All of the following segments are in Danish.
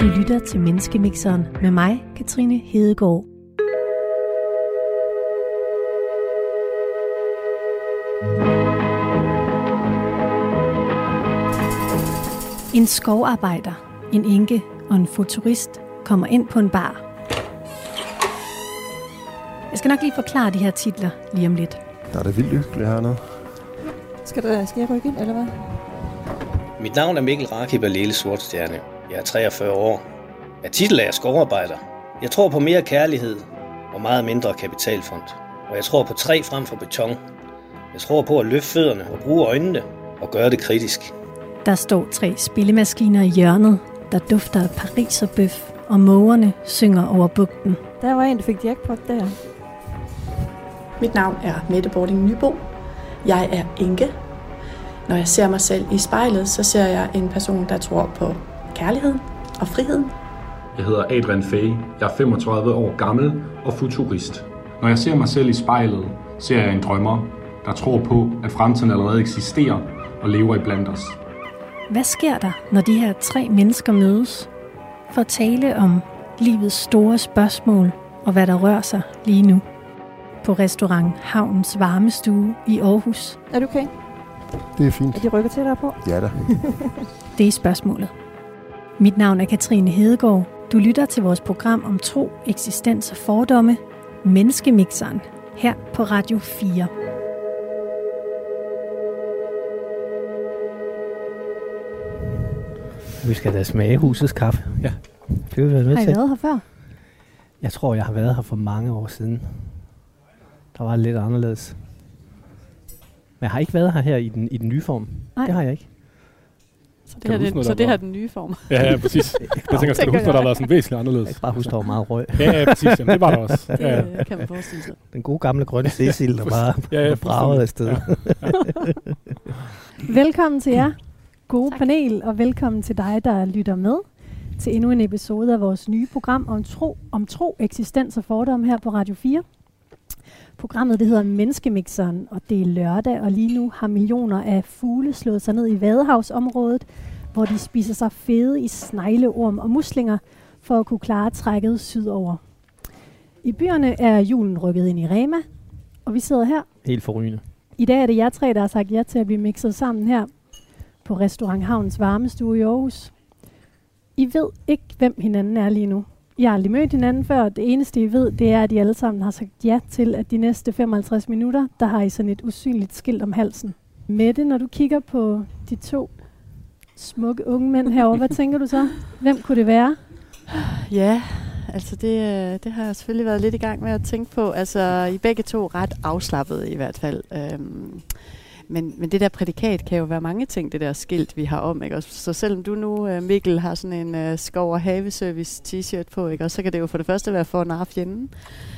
Du lytter til Menneskemixeren med mig, Katrine Hedegaard. En skovarbejder, en enke og en futurist kommer ind på en bar. Jeg skal nok lige forklare de her titler lige om lidt. Der er det vildt hyggeligt hernede. Skal jeg rykke ind, eller hvad? Mit navn er Mikkel Rakib af Lille Sortstjerne. Jeg er 43 år. Jeg titel er skovarbejder. Jeg tror på mere kærlighed og meget mindre kapitalfond. Og jeg tror på træ frem for beton. Jeg tror på at løfte fødderne og bruge øjnene og gøre det kritisk. Der står 3 spillemaskiner i hjørnet, der dufter af pariserbøf, og mågerne synger over bugten. Der var en, der fik jackpot der. Mit navn er Mette Bording Nybo. Jeg er enke. Når jeg ser mig selv i spejlet, så ser jeg en person, der tror på kærligheden og friheden. Jeg hedder Adrian Fay. Jeg er 35 år gammel og futurist. Når jeg ser mig selv i spejlet, ser jeg en drømmer, der tror på, at fremtiden allerede eksisterer og lever iblandt os. Hvad sker der, når de her 3 mennesker mødes? For at tale om livets store spørgsmål og hvad der rører sig lige nu. På restaurant Havnens Varmestue i Aarhus. Er du okay? Det er fint. Er de rykker til dig på? Ja da. Det er spørgsmålet. Mit navn er Katrine Hedegaard. Du lytter til vores program om tro, eksistens og fordomme. Menneskemixeren. Her på Radio 4. Vi skal da smage husets kaffe. Ja. Det vil vi være med Har I til. været her før? Jeg tror, jeg har været her for mange år siden. Der var lidt anderledes. Men jeg har ikke været her i den nye form. Nej. Det har jeg ikke. Så det her er den nye form. Ja, præcis. Jeg tænker, skal du huske, at der har været sådan væsentligt anderledes. Jeg kan bare huske, der var meget røg. Ja, præcis. Jamen, det var der også. Det kan man forestille sig. Den gode gamle grønne cecil, der bare bragede afsted. Ja. Velkommen til jer, gode panel, og velkommen til dig, der lytter med til endnu en episode af vores nye program om tro, eksistens og fordom her på Radio 4. Programmet det hedder Menneskemixeren, og det er lørdag, og lige nu har millioner af fugle slået sig ned i Vadehavsområdet, hvor de spiser sig fede i snegleorm og muslinger for at kunne klare trækket sydover. I byerne er julen rykket ind i Rema, og vi sidder her. Helt forrygende. I dag er det jer 3, der har sagt ja til at blive mixet sammen her på restaurant Havnens Varmestue i Aarhus. I ved ikke, hvem hinanden er lige nu. I har aldrig mødt hinanden før. Det eneste, I ved, det er, at I alle sammen har sagt ja til, at de næste 55 minutter, der har I sådan et usynligt skilt om halsen. Mette, når du kigger på de 2 smukke unge mænd herovre, hvad tænker du så? Hvem kunne det være? Ja, altså det har jeg selvfølgelig været lidt i gang med at tænke på. Altså, I begge 2 ret afslappede i hvert fald. Men det der prædikat kan jo være mange ting, det der skilt, vi har om, ikke? Så selvom du nu, Mikkel, har sådan en skov- og haveservice t-shirt på, ikke? Og så kan det jo for det første være for at narre fjenden.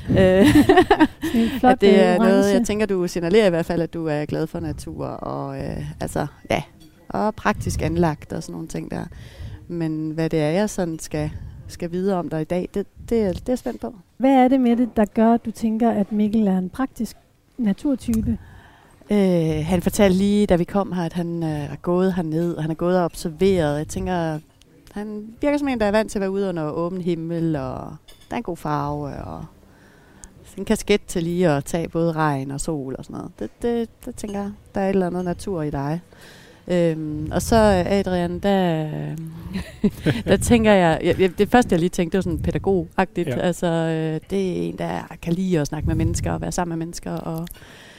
At det er noget, jeg tænker, du signalerer i hvert fald, at du er glad for natur, og og praktisk anlagt og sådan nogle ting der. Men hvad det er, jeg sådan skal vide om dig i dag, det er jeg spændt på. Hvad er det med det, der gør, at du tænker, at Mikkel er en praktisk naturtype? Han fortalte lige, da vi kom her, at han er gået herned, og han er gået og observeret. Jeg tænker, han virker som en, der er vant til at være ude under åben himmel, og der er en god farve, og en kasket til lige at tage både regn og sol og sådan noget. Det tænker jeg, der er et eller andet natur i dig. Og så Adrian, der tænker jeg, det første jeg lige tænkte, det var sådan pædagog-agtigt. Ja. Altså, det er en, der kan lide at snakke med mennesker og være sammen med mennesker, og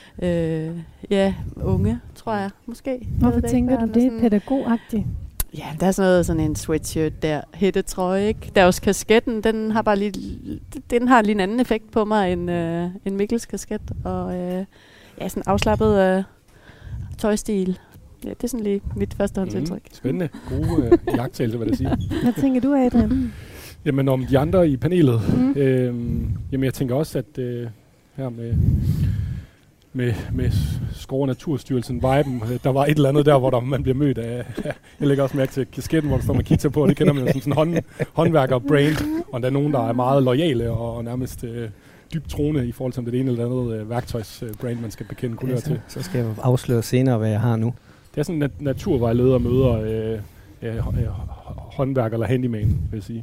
unge, tror jeg, måske. Hvorfor tænker du det er pædagogagtigt? Ja, der er sådan en sweatshirt der, hættetrøje, ikke? Der er også kasketten, den har lige en anden effekt på mig end Mikkels kasket, og sådan afslappet tøjstil. Ja, det er sådan lige mit førstehåndsindtryk. Spændende. Gode jagttagelse, hvad det siger. Hvad tænker du, Adrian? Jamen om de andre i panelet. Jamen jeg tænker også, at her med Skov- og Naturstyrelsen viben, der var et eller andet der, hvor man bliver mødt af. Jeg lægger også mærke til kasketten, hvor der står man kigger på, og det kender man jo som sådan håndværker-brand, og der er nogen, der er meget loyale og nærmest dybt troende i forhold til, om det er det ene eller andet værktøjsbrand, man skal bekende kulør til. Så skal jeg afsløre senere, hvad jeg har nu. Det er sådan en naturvejleder møder håndværker eller handyman, vil jeg sige.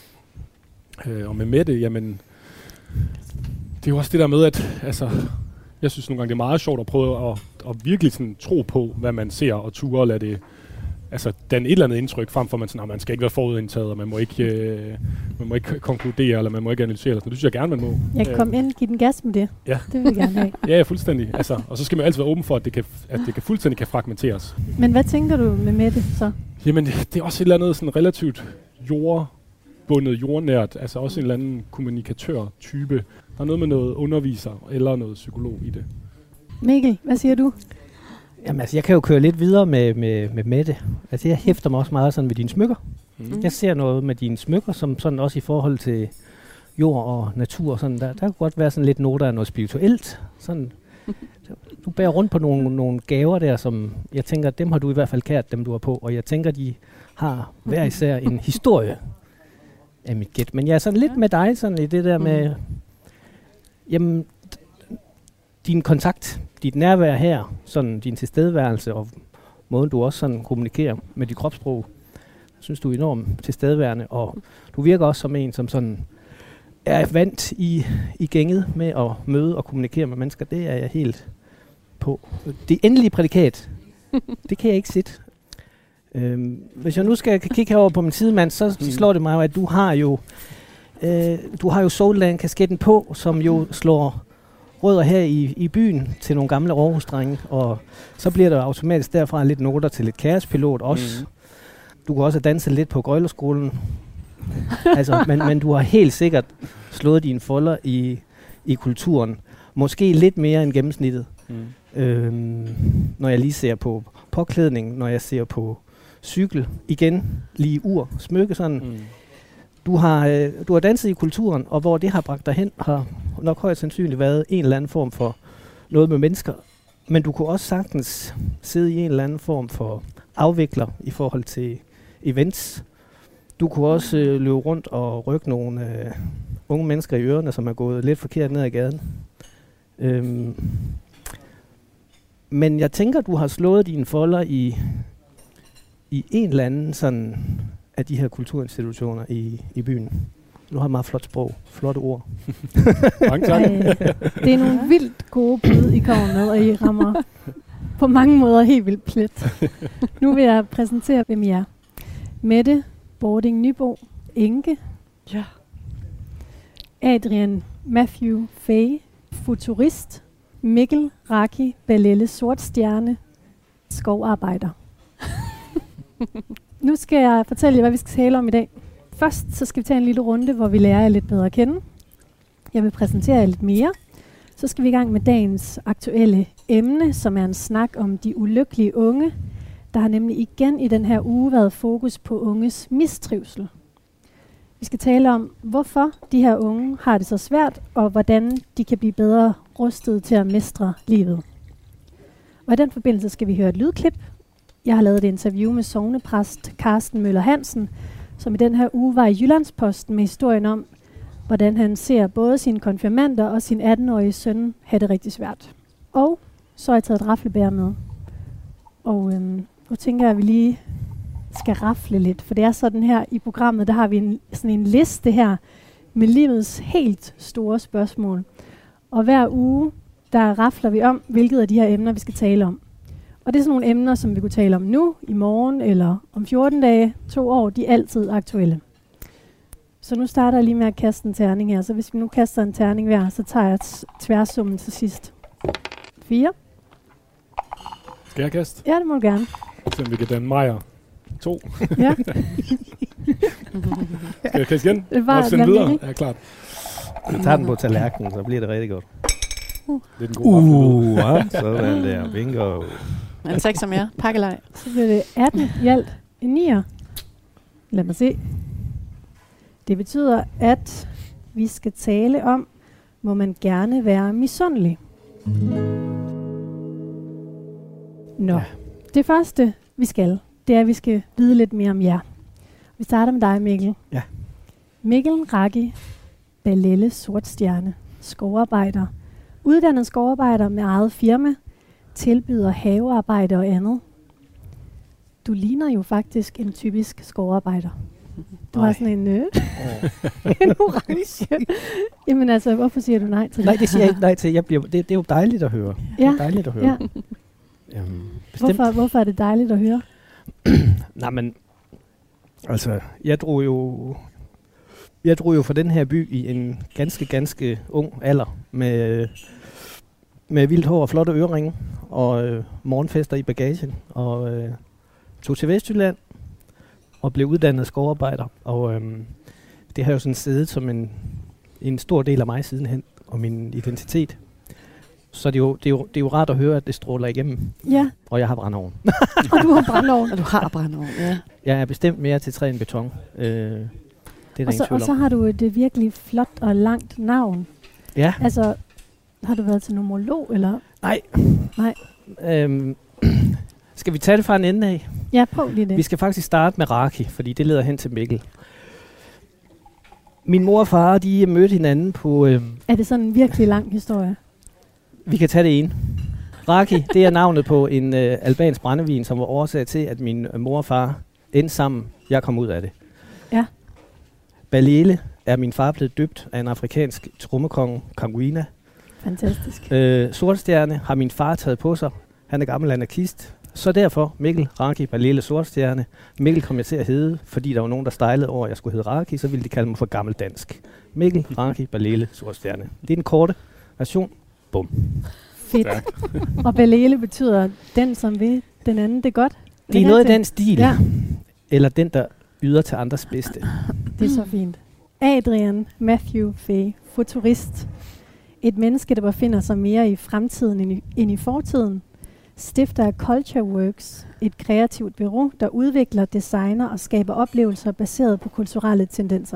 Og med Mette, jamen, det er jo også det der med, at altså, jeg synes nogle gange, det er meget sjovt at prøve at virkelig sådan tro på, hvad man ser, og ture og lade det danne et eller andet indtryk, frem for at man skal ikke være forudindtaget, og man må ikke konkludere, eller man må ikke analysere. Det synes jeg gerne, man må. Jeg kan komme ind og give den gas med det. Ja. Det vil jeg gerne have. Ja, fuldstændig. Altså, og så skal man altid være åben for, at det kan fuldstændig kan fragmenteres. Men hvad tænker du med Mette så? Jamen, det er også et eller andet sådan relativt jordbundet, jordnært, altså også en eller anden kommunikatør-type. Der er noget med noget underviser eller noget psykolog i det. Mikkel, hvad siger du? Jamen altså, jeg kan jo køre lidt videre med Mette. Altså, jeg hæfter mig også meget sådan ved dine smykker. Jeg ser noget med dine smykker, som sådan også i forhold til jord og natur. Sådan der kan godt være sådan lidt noter af noget spirituelt. Sådan, du bærer rundt på nogle gaver der, som jeg tænker, dem har du i hvert fald kært, dem du har på. Og jeg tænker, de har hver især en historie af mit gæt. Men jeg er sådan lidt med dig sådan i det der med, jamen, din kontakt, dit nærvær her, sådan din tilstedeværelse og måden du også sådan kommunikerer med dit kropssprog. Jeg synes, du er enormt tilstedeværende, og du virker også som en, som sådan er vant i gænget med at møde og kommunikere med mennesker. Det er jeg helt på. Det endelige prædikat, det kan jeg ikke sætte. Hvis jeg nu skal kigge herover på min sidemand, så slår det mig, at du har jo Soulland-kasketten på, som jo slår rødder her i byen til nogle gamle Aarhus-drenge, og så bliver der automatisk derfra lidt noter til lidt kaospilot også. Du kan også danse lidt på Grøjlerskolen. Altså, men du har helt sikkert slået dine folder i kulturen. Måske lidt mere end gennemsnittet. Når jeg lige ser på påklædning, når jeg ser på cykel, igen, lige ur, smykke sådan. Du har danset i kulturen, og hvor det har bragt dig hen, har nok højst sandsynligt været en eller anden form for noget med mennesker. Men du kunne også sagtens sidde i en eller anden form for afvikler i forhold til events. Du kunne også løbe rundt og rykke nogle unge mennesker i ørerne, som er gået lidt forkert ned ad gaden. Men jeg tænker, du har slået dine folder i en eller anden sådan af de her kulturinstitutioner i byen. Du har meget flot sprog, flotte ord. Mange tak. Det er nogle vildt gode bud, I kommer med, og I rammer på mange måder helt vildt plet. Nu vil jeg præsentere, hvem I er. Mette Bording Nybo, enke. Ja. Adrian Matthew Fay, futurist. Mikkel Raki Balelle Sortstjerne, skovarbejder. Nu skal jeg fortælle jer, hvad vi skal tale om i dag. Først så skal vi tage en lille runde, hvor vi lærer jer lidt bedre at kende. Jeg vil præsentere jer lidt mere. Så skal vi i gang med dagens aktuelle emne, som er en snak om de ulykkelige unge. Der har nemlig igen i den her uge været fokus på unges mistrivsel. Vi skal tale om, hvorfor de her unge har det så svært, og hvordan de kan blive bedre rustet til at mestre livet. Og i den forbindelse skal vi høre et lydklip. Jeg har lavet et interview med sognepræst Carsten Møller Hansen, som i den her uge var i Jyllandsposten med historien om, hvordan han ser både sine konfirmander og sin 18-årige søn have det rigtig svært. Og så har jeg taget et raflebær med. Og nu tænker jeg, at vi lige skal rafle lidt, for det er sådan her i programmet, der har vi sådan en liste her med livets helt store spørgsmål. Og hver uge, der rafler vi om, hvilket af de her emner, vi skal tale om. Og det er sådan nogle emner, som vi kunne tale om nu, i morgen eller om 14 dage, 2 år, de er altid aktuelle. Så nu starter jeg lige med at kaste en terning her. Så hvis vi nu kaster en terning hver, så tager jeg tværsummen til sidst. 4. Skal jeg kaste? Ja, det må du gerne. Så vi kan danne Majer. 2. Ja. Skal jeg kaste igen? Det er bare sende videre. Ja, klart. Vi tager den på tallerkenen, så bliver det rigtig godt. Det er den gode rafle. Sådan der. Bingo. En 6 mere. Pakkelej. Så bliver det 18 i alt. En 9'er. Lad mig se. Det betyder, at vi skal tale om, må man gerne være misundelig. Nå, det første vi skal, det er, at vi skal vide lidt mere om jer. Vi starter med dig, Mikkel. Ja. Mikkel Raki Balelle Sortstjerne, skovarbejder. Uddannet skovarbejder med eget firma, tilbyder havearbejde og andet. Du ligner jo faktisk en typisk skovarbejder. Du har sådan en, en orange. Jamen altså, hvorfor siger du nej til det? Nej, det siger jeg ikke nej til. Det er jo dejligt at høre. Ja. Det er dejligt at høre. Ja. Hvorfor er det dejligt at høre? Nej, men altså, jeg drog jo fra den her by i en ganske ung alder med vildt hår og flotte øreringe og morgenfester i bagagen og tog til Vestjylland og blev uddannet skovarbejder. Og det har jo sådan siddet som en stor del af mig sidenhen og min identitet. Så det er jo rart at høre, at det stråler igennem. Ja. Og jeg har brændeovn. Og du har brændeovn. Og du har brændeovn, ja. Jeg er bestemt mere til træ end beton. Det er og så har du et virkelig flot og langt navn. Ja. Altså, har du været til numerolog, eller? Nej. Nej. Skal vi tage det fra en ende af? Ja, prøv lige det. Vi skal faktisk starte med Raki, fordi det leder hen til Mikkel. Min mor og far, de mødte hinanden på... Er det sådan en virkelig lang historie? Vi kan tage det ene. Raki, det er navnet på en albansk brændevin, som var årsag til, at min mor og far endte sammen. Jeg kom ud af det. Ja. Balele er min far blevet døbt af en afrikansk trommekonge, Kanguina. Fantastisk. Sortstjerne har min far taget på sig. Han er gammel anarkist. Så derfor Mikkel, Raki, Balele, Sortstjerne. Mikkel kom jeg til at hedde, fordi der var nogen, der stejlede over, at jeg skulle hedde Raki, så ville de kalde mig for gammeldansk. Mikkel, Raki, Balele, Sortstjerne. Det er den korte version. Bum. Fedt. Og Balele betyder den, som vil den anden det godt. Det er noget af den stil. Ja. Eller den, der yder til andres bedste. Det er så fint. Adrian Matthew Fay, futurist. Et menneske, der befinder sig mere i fremtiden end i fortiden. Stifter af Culture Works, et kreativt bureau, der udvikler, designer og skaber oplevelser baseret på kulturelle tendenser.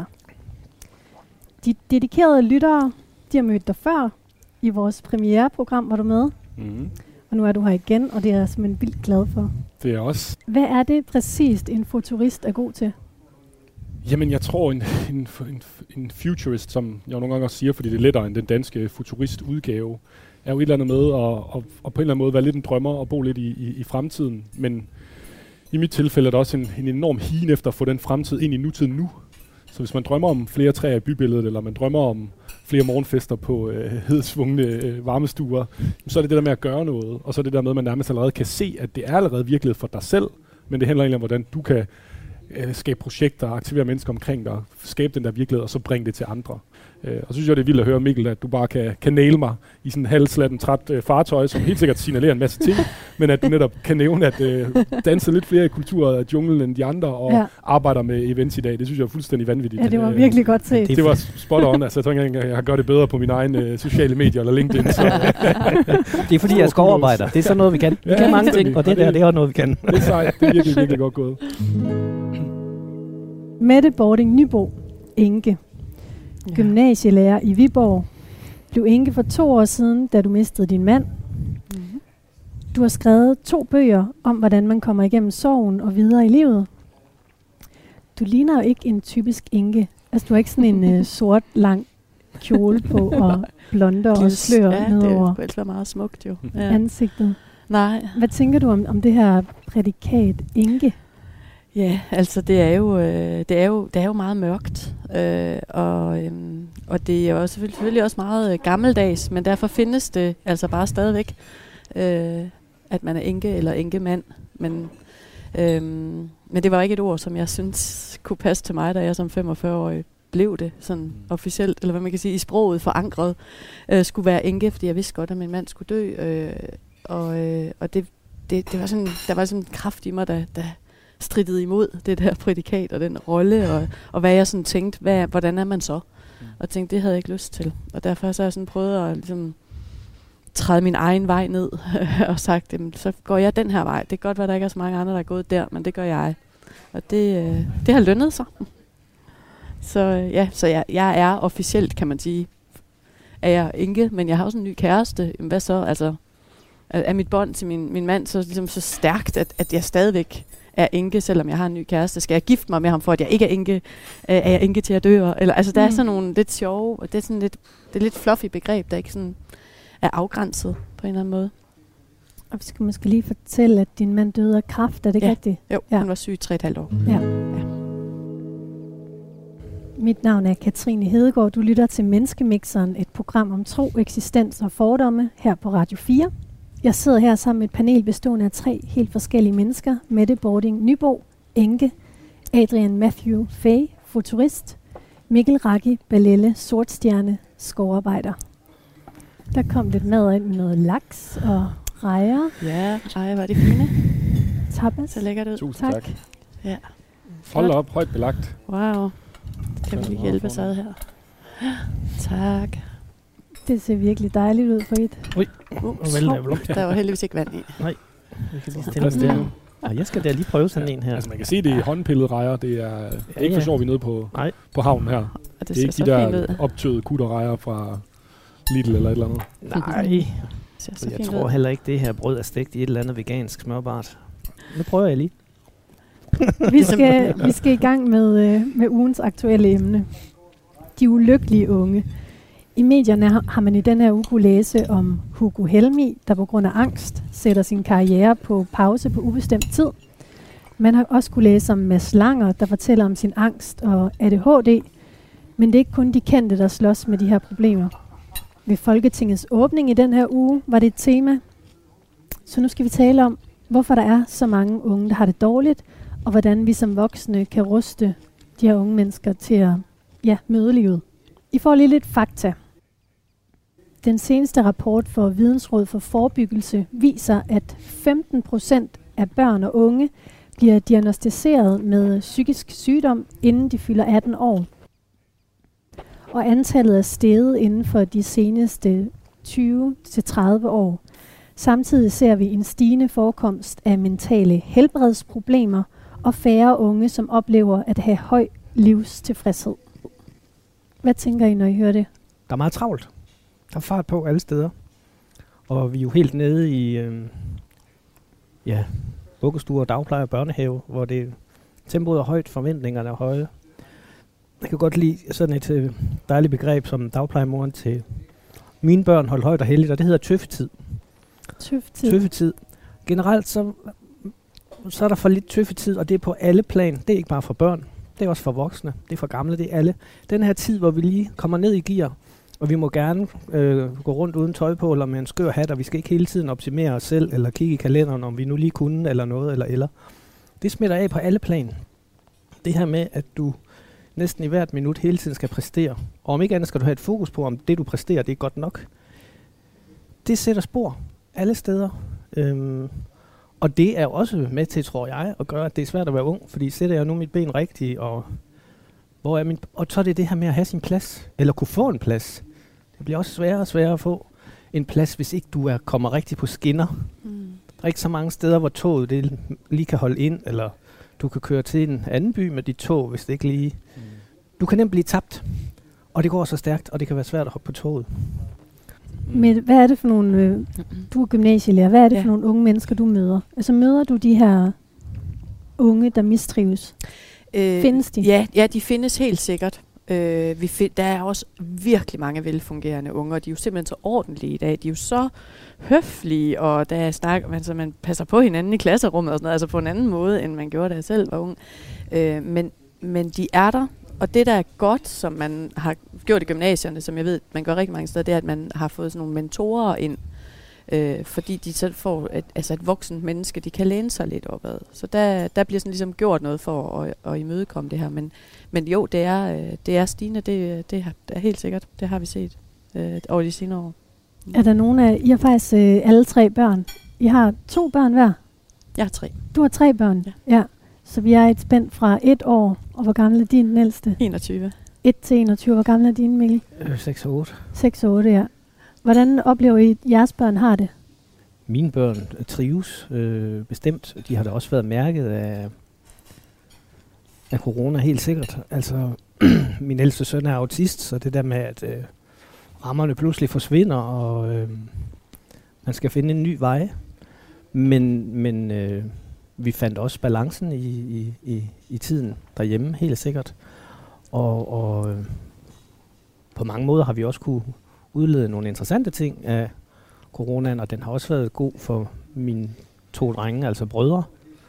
De dedikerede lyttere, de har mødt dig før. I vores premiereprogram var du med. Mm-hmm. Og nu er du her igen, og det er jeg simpelthen vildt glad for. Det er også. Hvad er det præcist, en futurist er god til? Jamen, jeg tror, en futurist, som jeg nogle gange også siger, fordi det er lettere end den danske futurist-udgave, er jo et eller andet med at på en eller anden måde være lidt en drømmer og bo lidt i fremtiden. Men i mit tilfælde er der også en enorm higen efter at få den fremtid ind i nutiden nu. Så hvis man drømmer om flere træer i bybilledet, eller man drømmer om flere morgenfester på hedsvungne varmestuer, så er det det der med at gøre noget, og så er det der med, at man nærmest allerede kan se, at det er allerede virkelighed for dig selv, men det handler egentlig om, hvordan du kan skabe projekter, aktivere mennesker omkring dig, skabe den der virkelighed, og så bringe det til andre. Og så synes jeg, det er vildt at høre, Mikkel, at du bare kan naile mig i sådan en halvslatten træt fartøj, som helt sikkert signalerer en masse ting, men at du netop kan nævne, at danse lidt flere i kulturer af junglen end de andre, og arbejder med events i dag. Det synes jeg er fuldstændig vanvittigt. Ja, det var virkelig godt set. Det var spot on. Altså, jeg tror ikke engang, jeg gør det bedre på mine egne sociale medier eller LinkedIn. Så. Det er fordi, jeg er skovarbejder. Det er sådan noget, vi kan. Vi kan mange ting, og det er også noget, vi kan. Det er sejt. Det er virkelig, virkelig godt gået. Mette Bording Nybo, enke. Gymnasielærer i Viborg. Blev enke for 2 år siden, da du mistede din mand. Mm-hmm. Du har skrevet 2 bøger om, hvordan man kommer igennem sorgen og videre i livet. Du ligner jo ikke en typisk enke. Altså, du har ikke sådan en sort, lang kjole på og blonder og slør nedover. Det kunne ellers være meget smukt jo. Ja. Ansigtet. Nej. Hvad tænker du om det her prædikat enke? Ja, altså det er jo meget mørkt, og det er jo selvfølgelig også meget gammeldags, men derfor findes det altså bare stadigvæk, at man er enke eller enkemand. Men det var ikke et ord, som jeg synes kunne passe til mig, da jeg som 45-årig blev det sådan officielt, eller hvad man kan sige, i sproget forankret, skulle være enke, fordi jeg vidste godt, at min mand skulle dø, og det var sådan, der var sådan en kraft i mig, der strittede imod det der prædikat og den rolle, og hvad jeg sådan tænkte, hvordan er man så? Og tænkte, det havde jeg ikke lyst til. Og derfor så har jeg sådan prøvet at ligesom træde min egen vej ned og sagt, så går jeg den her vej. Det kan godt være, at der ikke er så mange andre, der er gået der, men det gør jeg. Og det har lønnet sig. Så ja, jeg er officielt, kan man sige, er jeg enke, men jeg har også en ny kæreste. Hvad så? Altså, er mit bånd til min mand så, ligesom så stærkt, at jeg stadigvæk er enke, selvom jeg har en ny kæreste? Skal jeg gifte mig med ham, for at jeg ikke er enke? Er jeg enke til at dø? Eller, altså, der er sådan nogle lidt sjove, og det er sådan lidt fluffy begreb, der ikke sådan er afgrænset på en eller anden måde. Og vi skal måske lige fortælle, at din mand døde af kræft, er det ikke rigtigt? Jo, han var syg i 3,5 år. Ja. Mit navn er Katrine Hedegaard. Du lytter til Menneskemixeren, et program om tro, eksistens og fordomme her på Radio 4. Jeg sidder her sammen med et panel bestående af 3 helt forskellige mennesker. Mette Bording Nybo, enke. Adrian Matthew Fay, futurist. Mikkel Raki Balelle, sortstjerne, skovarbejder. Der kom lidt mad ind med noget laks og rejer. Ja, rejer var det fine. Tapas. Så lækkert ud. Tusind tak. Ja. Hold op, højt belagt. Wow. Kan vi lige hjælpe os ad her? Tak. Det ser virkelig dejligt ud for et. Der var heldigvis ikke vand i. Nej. Jeg kan lige stille den der. Og jeg skal da lige prøve sådan en her. Altså man kan se, det er håndpillede rejer. Det er ikke for sjovt, vi er nede på havnen her. Og det er ikke de der optøede kutterrejer fra Lidl eller et eller andet. Nej. Jeg tror heller ikke, det her brød er stegt i et eller andet vegansk smørbart. Nu prøver jeg lige. Vi skal i gang med ugens aktuelle emne. De ulykkelige unge. I medierne har man i den her uge kunne læse om Hugo Helmi, der på grund af angst sætter sin karriere på pause på ubestemt tid. Man har også kunne læse om Mads Langer, der fortæller om sin angst og ADHD. Men det er ikke kun de kendte, der slås med de her problemer. Ved Folketingets åbning i den her uge var det et tema. Så nu skal vi tale om, hvorfor der er så mange unge, der har det dårligt, og hvordan vi som voksne kan ruste de her unge mennesker til at møde livet. I får lige lidt fakta. Den seneste rapport for Vidensråd for Forebyggelse viser, at 15% af børn og unge bliver diagnosticeret med psykisk sygdom, inden de fylder 18 år. Og antallet er steget inden for de seneste 20-30 år. Samtidig ser vi en stigende forekomst af mentale helbredsproblemer og færre unge, som oplever at have høj livstilfredshed. Hvad tænker I, når I hører det? Der er meget travlt. Der er fart på alle steder. Og vi er jo helt nede i vuggestuer, dagpleje og børnehave, hvor tempoet er højt, forventningerne er høje. Jeg kan godt lide sådan et dejligt begreb som dagplejemoren til mine børn holdt højt og heldigt, og det hedder tøffetid. Tøffetid. Generelt så er der for lidt tøffetid, og det er på alle plan. Det er ikke bare for børn, det er også for voksne, det er for gamle, det er alle. Den her tid, hvor vi lige kommer ned i gear, og vi må gerne gå rundt uden tøj på, eller med en skør hat, og vi skal ikke hele tiden optimere os selv, eller kigge i kalenderen, om vi nu lige kunne, eller noget, eller. Det smitter af på alle plan. Det her med, at du næsten i hvert minut hele tiden skal præstere, og om ikke andet skal du have et fokus på, om det du præsterer, det er godt nok. Det sætter spor alle steder. Og det er også med til, tror jeg, at gøre, at det er svært at være ung, fordi sætter jeg nu mit ben rigtigt, og hvor er og så er det her med at have sin plads, eller kunne få en plads. Det bliver også sværere og sværere at få en plads, hvis ikke du kommer rigtig på skinner. Der er ikke så mange steder, hvor toget det lige kan holde ind, eller du kan køre til en anden by med dit tog, hvis det ikke lige. Du kan nemt blive tabt, og det går så stærkt, og det kan være svært at hoppe på toget. Men hvad er det for nogle, du er gymnasielærer, hvad er det for nogle unge mennesker, du møder? Altså møder du de her unge, der mistrives? Findes de? Ja, de findes helt sikkert. Der er også virkelig mange velfungerende unge, og de er jo simpelthen så ordentlige i dag. De er jo så høflige, og man passer på hinanden i klasserummet og sådan noget, altså på en anden måde, end man gjorde, da jeg selv var ung. Men de er der, og det, der er godt, som man har gjort i gymnasierne, som jeg ved, man gør rigtig mange steder, det er, at man har fået sådan nogle mentorer ind, fordi de så får et voksen menneske, de kan læne sig lidt opad. Så der bliver sådan ligesom gjort noget for at imødekomme det her. Men jo, det er stigende, det er helt sikkert. Det har vi set over de senere år. Er der nogen af I har faktisk alle 3 børn? I har 2 børn hver? Jeg har 3. Du har 3 børn? Ja. Så vi er et spænd fra 1 år, og hvor gammel er din den ældste? 21. 1 til 21. Hvor gammel er din, Mikkel? 6 og 8. 6 og 8, ja. Hvordan oplever I, at jeres børn har det? Mine børn trives bestemt. De har da også været mærket af corona, helt sikkert. Altså, min ældste søn er autist, så det der med, at rammerne pludselig forsvinder, og man skal finde en ny vej. Men vi fandt også balancen i tiden derhjemme, helt sikkert. Og på mange måder har vi også kunne udlede nogle interessante ting af coronaen, og den har også været god for mine 2 drenge, altså brødre,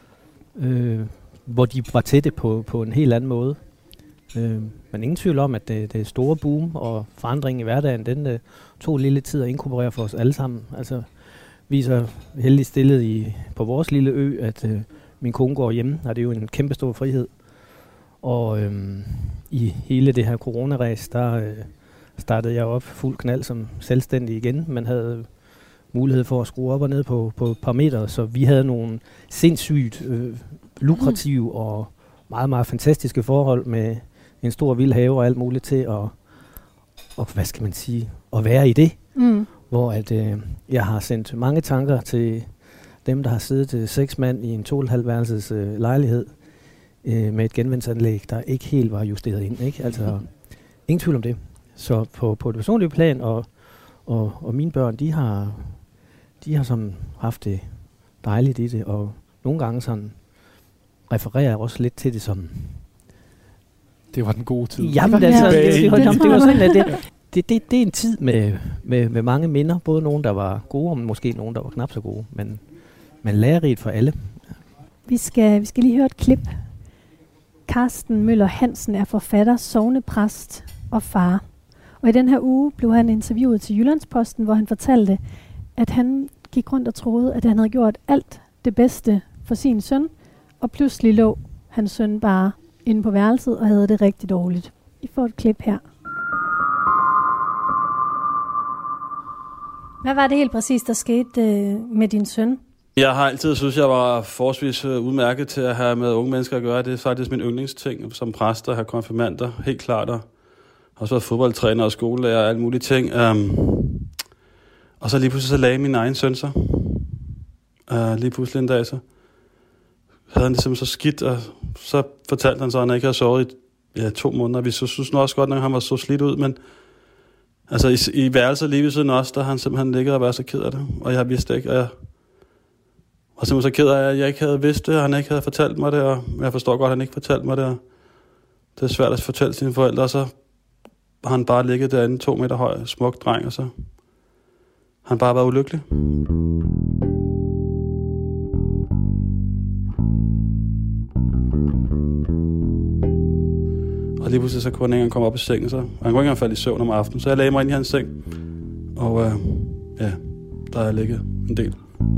hvor de var tætte på en helt anden måde. Men ingen tvivl om, at det store boom og forandring i hverdagen, den tog lille tid at inkorporere for os alle sammen. Altså, vi er så heldigt stillet på vores lille ø, at min kone går hjemme, og det er jo en kæmpe stor frihed. Og i hele det her coronaræs, der startede jeg op fuld knald som selvstændig igen, men havde mulighed for at skrue op og ned på et par meter, så vi havde nogle sindssygt lukrative og meget, meget fantastiske forhold med en stor vild have og alt muligt til at hvad skal man sige, at være i det. Hvor at jeg har sendt mange tanker til dem, der har siddet til 6 mand i en 2,5-værelses lejlighed med et genvendsanlæg, der ikke helt var justeret ind. Ikke? Altså, ingen tvivl om det. Så på det personlige plan, og mine børn, de har sådan haft det dejligt i det, og nogle gange sådan refererer jeg også lidt til det som... Det var den gode tid. Jamen, altså, det var sådan, at det er en tid med mange minder, både nogen, der var gode, og måske nogen, der var knap så gode, men lærerigt for alle. Vi skal lige høre et klip. Carsten Møller Hansen er forfatter, sognepræst og far. Og i den her uge blev han interviewet til Jyllandsposten, hvor han fortalte, at han gik rundt og troede, at han havde gjort alt det bedste for sin søn, og pludselig lå hans søn bare inde på værelset og havde det rigtig dårligt. I får et klip her. Hvad var det helt præcis, der skete med din søn? Jeg har altid synes jeg var forholdsvis udmærket til at have med unge mennesker at gøre. Det er faktisk min yndlingsting som præster, have konfirmander, helt klart. Og har også været fodboldtræner og skolelærer og alle mulige ting. Og så lige pludselig så lagde min egen søn sig. Lige pludselig en dag så havde han det simpelthen så skidt, og så fortalte han så, at han ikke havde sovet i 2 måneder. Vi synes nu også godt, når han var så slidt ud, men altså i værelset lige ved siden også, der har han simpelthen ligget og været så ked af det, og jeg vidste ikke, og jeg var simpelthen så ked af, at jeg ikke havde vidst det, og han ikke havde fortalt mig det, og jeg forstår godt, at han ikke fortalte mig det, og det er svært at fortælle sine forældre, og så har han bare ligget derinde 2 meter høj, smuk dreng, og så har han bare været ulykkelig. Og lige pludselig så kunne han ikke engang komme op i sengen, så han kunne ikke engang falde i søvn om aftenen. Så jeg lagde mig ind i hans seng, og der er jeg ligget en del.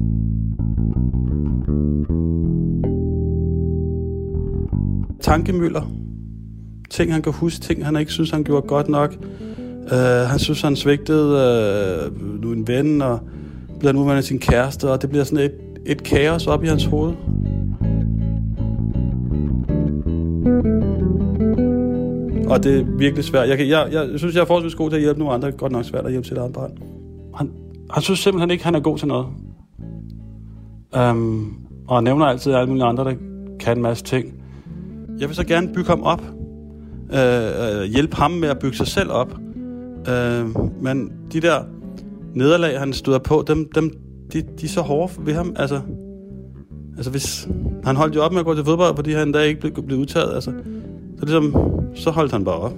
Tankemøller. Ting han kan huske, ting han ikke synes han gjorde godt nok. Han synes han svigtede en ven, og bliver nu med sin kæreste, og det bliver sådan et kaos op i hans hoved. Og det er virkelig svært. Jeg synes, jeg er forholdsvis god til at hjælpe nogle andre. Det er godt nok svært at hjælpe sit eget barn. Han synes simpelthen ikke, han er god til noget. Og han nævner altid alle mulige andre, der kan en masse ting. Jeg vil så gerne bygge ham op. Hjælpe ham med at bygge sig selv op. Men de der nederlag, han støder på, de er så hårde ved ham. Altså hvis han holdt jo op med at gå til fodbold, fordi han da ikke blev udtaget. Altså, så ligesom, så holdt han bare op.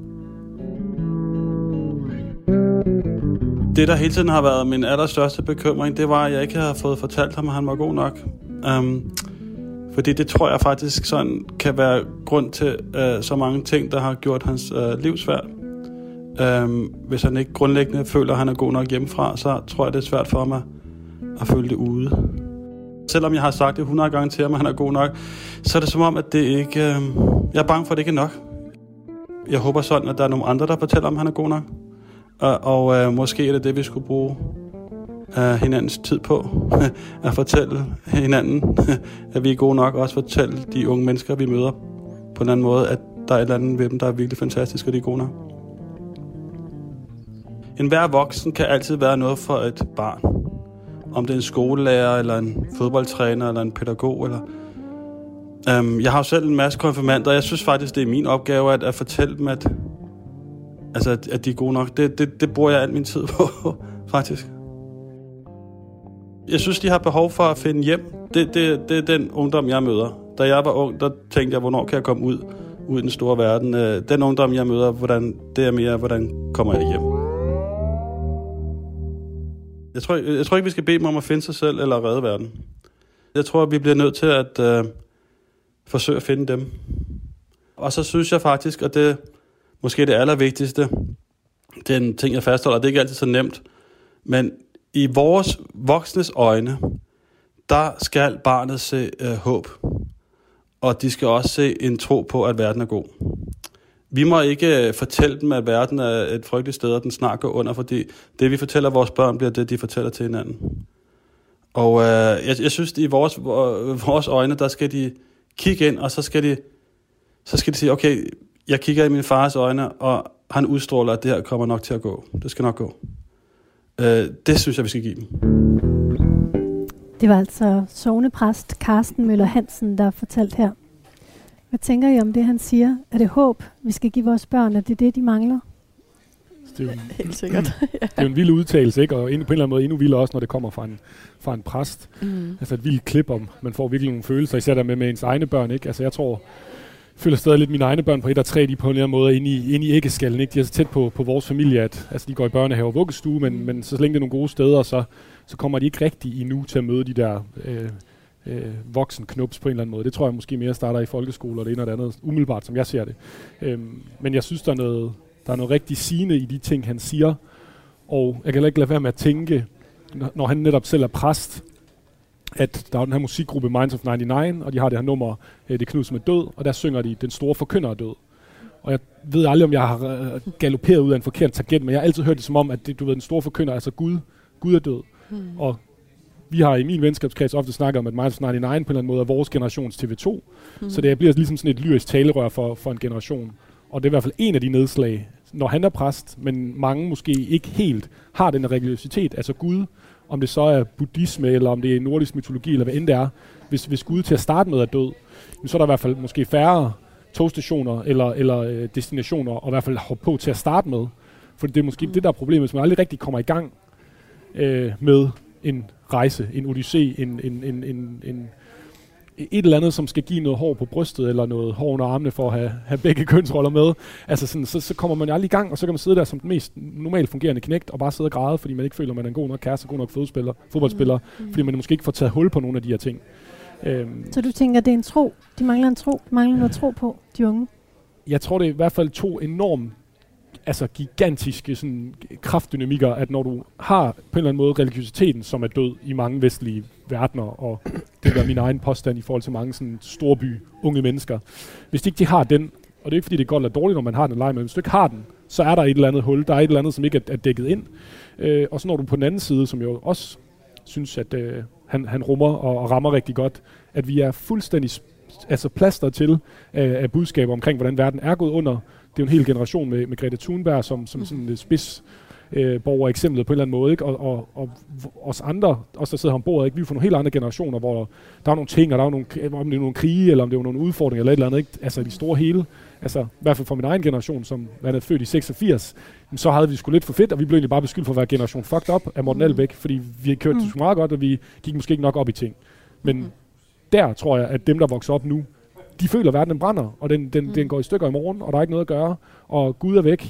Det, der hele tiden har været min allerstørste bekymring, det var, at jeg ikke havde fået fortalt ham, at han var god nok. Fordi det tror jeg faktisk sådan kan være grund til så mange ting, der har gjort hans liv svært. Hvis han ikke grundlæggende føler, at han er god nok hjemmefra, så tror jeg, det er svært for mig at føle det ude. Selvom jeg har sagt det 100 gange til ham, at han er god nok, så er det som om, at det ikke... jeg er bange for, at det ikke er nok. Jeg håber sådan, at der er nogle andre, der fortæller, om han er god nok. Og måske er det det, vi skulle bruge hinandens tid på. At fortælle hinanden, at vi er gode nok. Og også fortælle de unge mennesker, vi møder på en anden måde, at der er et eller andet ved dem, der er virkelig fantastisk, og de er gode nok. En hver voksen kan altid være noget for et barn. Om det er en skolelærer, eller en fodboldtræner, eller en pædagog. Eller jeg har jo selv en masse konfirmander, og jeg synes faktisk, det er min opgave at fortælle dem, at de er gode nok. Det bruger jeg al min tid på, faktisk. Jeg synes, de har behov for at finde hjem. Det er den ungdom, jeg møder. Da jeg var ung, der tænkte jeg, hvornår kan jeg komme ud i den store verden. Den ungdom, jeg møder, det er mere, hvordan kommer jeg hjem. Jeg tror ikke, vi skal bede dem om at finde sig selv eller redde verden. Jeg tror, at vi bliver nødt til at forsøge at finde dem. Og så synes jeg faktisk, at det måske det allervigtigste, det er en ting, jeg fastholder, det er ikke altid så nemt, men i vores voksnes øjne, der skal barnet se håb. Og de skal også se en tro på, at verden er god. Vi må ikke fortælle dem, at verden er et frygteligt sted, og den snart går under, fordi det, vi fortæller vores børn, bliver det, de fortæller til hinanden. Og jeg synes, at i vores øjne, der skal de kigge ind, og så skal de sige, okay, jeg kigger i min fars øjne, og han udstråler, at det her kommer nok til at gå. Det skal nok gå. Det synes jeg, vi skal give dem. Det var altså sognepræst Carsten Møller Hansen, der fortalte her. Hvad tænker I om det, han siger? Er det håb, vi skal give vores børn, at det er det, de mangler? Det er jo helt sikkert. Det er jo en vild udtalelse, ikke? Og på en eller anden måde endnu vildere også, når det kommer fra en præst. Altså et vildt klip om, man får virkelig nogle følelser, især der med ens egne børn, ikke? Altså jeg føler stadig lidt mine egne børn på 1 og 3, de på en eller anden måde inde i æggeskallen, ikke? De er så tæt på vores familie, at altså, de går i børnehave og vuggestue, men så længe det er nogle gode steder, så kommer de ikke rigtig endnu til at møde de der voksenknups på en eller anden måde. Det tror jeg måske mere starter i folkeskole og det ene og det andet, umiddelbart, som jeg ser det. Men jeg synes, der er noget rigtig sigende i de ting, han siger, og jeg kan heller ikke lade være med at tænke, når han netop selv er præst, at der er den her musikgruppe Minds of 99, og de har det her nummer, Det er Knud som er død, og der synger de Den store forkynder er død. Og jeg ved aldrig, om jeg har galopperet ud af en forkert tangent, men jeg har altid hørt det som om, at den store forkynder, altså Gud er død. Og vi har i min venskabskreds ofte snakket om, at Minds of 99 på en eller anden måde er vores generations TV2. Så det bliver ligesom sådan et lyrisk talerør for en generation. Og det er i hvert fald en af de nedslag, når han er præst, men mange måske ikke helt har den religiøsitet, altså Gud, om det så er buddhisme, eller om det er nordisk mytologi, eller hvad end det er. Hvis Gud til at starte med er død, så er der i hvert fald måske færre togstationer eller destinationer, og i hvert fald hoppe på til at starte med. For det er måske det, der er problemet, hvis man aldrig rigtig kommer i gang med en rejse, en odyssé, et eller andet, som skal give noget hår på brystet, eller noget hår under armene for at have begge kønsroller med. Altså sådan, så kommer man aldrig i gang, og så kan man sidde der som den mest normalt fungerende knægt, og bare sidde og græde, fordi man ikke føler, at man er en god nok kæreste, god nok fodboldspiller, fordi man måske ikke får taget hul på nogle af de her ting. Så du tænker, det er en tro? De mangler en tro? De mangler noget tro på, de unge? Jeg tror, det er i hvert fald 2 enormt gigantiske sådan, kraftdynamikker, at når du har på en eller anden måde religiøsiteten, som er død i mange vestlige verdener, og det er min egen påstand i forhold til mange sådan, storby unge mennesker. Hvis de ikke har den, og det er ikke fordi det er godt eller dårligt, når man har den leg, men hvis du ikke har den, så er der et eller andet hul, der er et eller andet, som ikke er dækket ind. Og så når du på den anden side, som jeg også synes, at han rummer og rammer rigtig godt, at vi er fuldstændig plaster til af budskaber omkring, hvordan verden er gået under. Det er jo en hel generation med Greta Thunberg som sådan et spidsborger eksemplet på en eller anden måde, ikke? Og os andre, os der sidder her ombord, ikke? Vi er fra nogle helt andre generationer, hvor der er nogle ting, og der er om det er nogle krige, eller om det er nogle udfordringer, eller et eller andet, ikke? Altså de store hele, altså i hvert fald fra min egen generation, som er født i 86, så havde vi sgu lidt for fedt, og vi blev egentlig bare beskyldt for at være generation fucked up af Morten Albæk, fordi vi kørte så meget godt, og vi gik måske ikke nok op i ting. Men der tror jeg, at dem, der vokser op nu, de føler, at verden brænder, og den går i stykker i morgen, og der er ikke noget at gøre, og Gud er væk,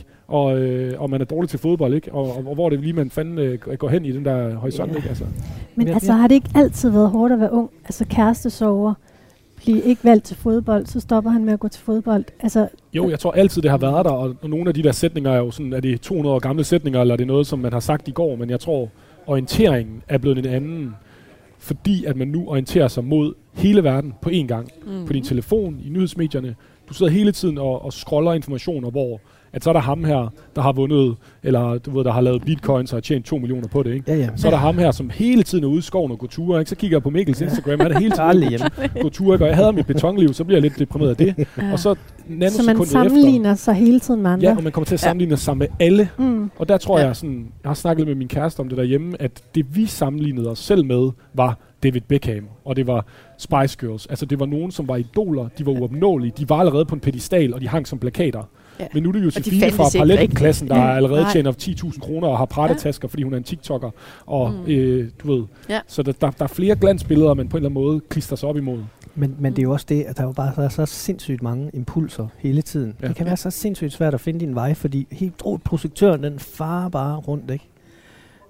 og man er dårlig til fodbold, ikke? Og hvor det lige man fanden går hen i den der horisont, ikke? Altså. Men altså, har det ikke altid været hårdt at være ung? Altså kærestesorger, blive ikke valgt til fodbold, så stopper han med at gå til fodbold. Altså, jo, jeg tror altid, det har været der, og nogle af de der sætninger er jo sådan, er det 200 år gamle sætninger, eller er det noget, som man har sagt i går, men jeg tror, orienteringen er blevet en anden, fordi at man nu orienterer sig mod hele verden på én gang. På din telefon, i nyhedsmedierne. Du sidder hele tiden og scroller informationer, hvor at så er der ham her, der har vundet, eller du ved, der har lavet bitcoins og har tjent 2 millioner på det, ikke? Ja. Så er der ham her, som hele tiden er ude i skoven og går ture, ikke? Så kigger jeg på Mikkels Instagram, han er hele tiden går ture, ikke? Og jeg hader mit betonliv, så bliver jeg lidt deprimeret af det. Og så så man sammenligner sig hele tiden med andre. Ja, og man kommer til at sammenligne sig med alle. Og der tror jeg sådan, jeg har snakket med min kæreste om det derhjemme, at det vi sammenlignede os selv med, var David Beckham, og det var Spice Girls. Altså det var nogen, som var idoler, de var uopnåelige, de var allerede på en pedestal, og de hang som plakater. Ja. Men nu er det jo Sofie fra parallelklassen, der allerede tjener 10.000 kroner og har Prada-tasker, fordi hun er en TikToker. Og du ved, så der er flere glansbilleder, man på en eller anden måde klistrer sig op imod. Men det er jo også det, at der jo bare er så sindssygt mange impulser hele tiden. Ja. Det kan være så sindssygt svært at finde din vej, fordi helt projektøren, den farer bare rundt, ikke?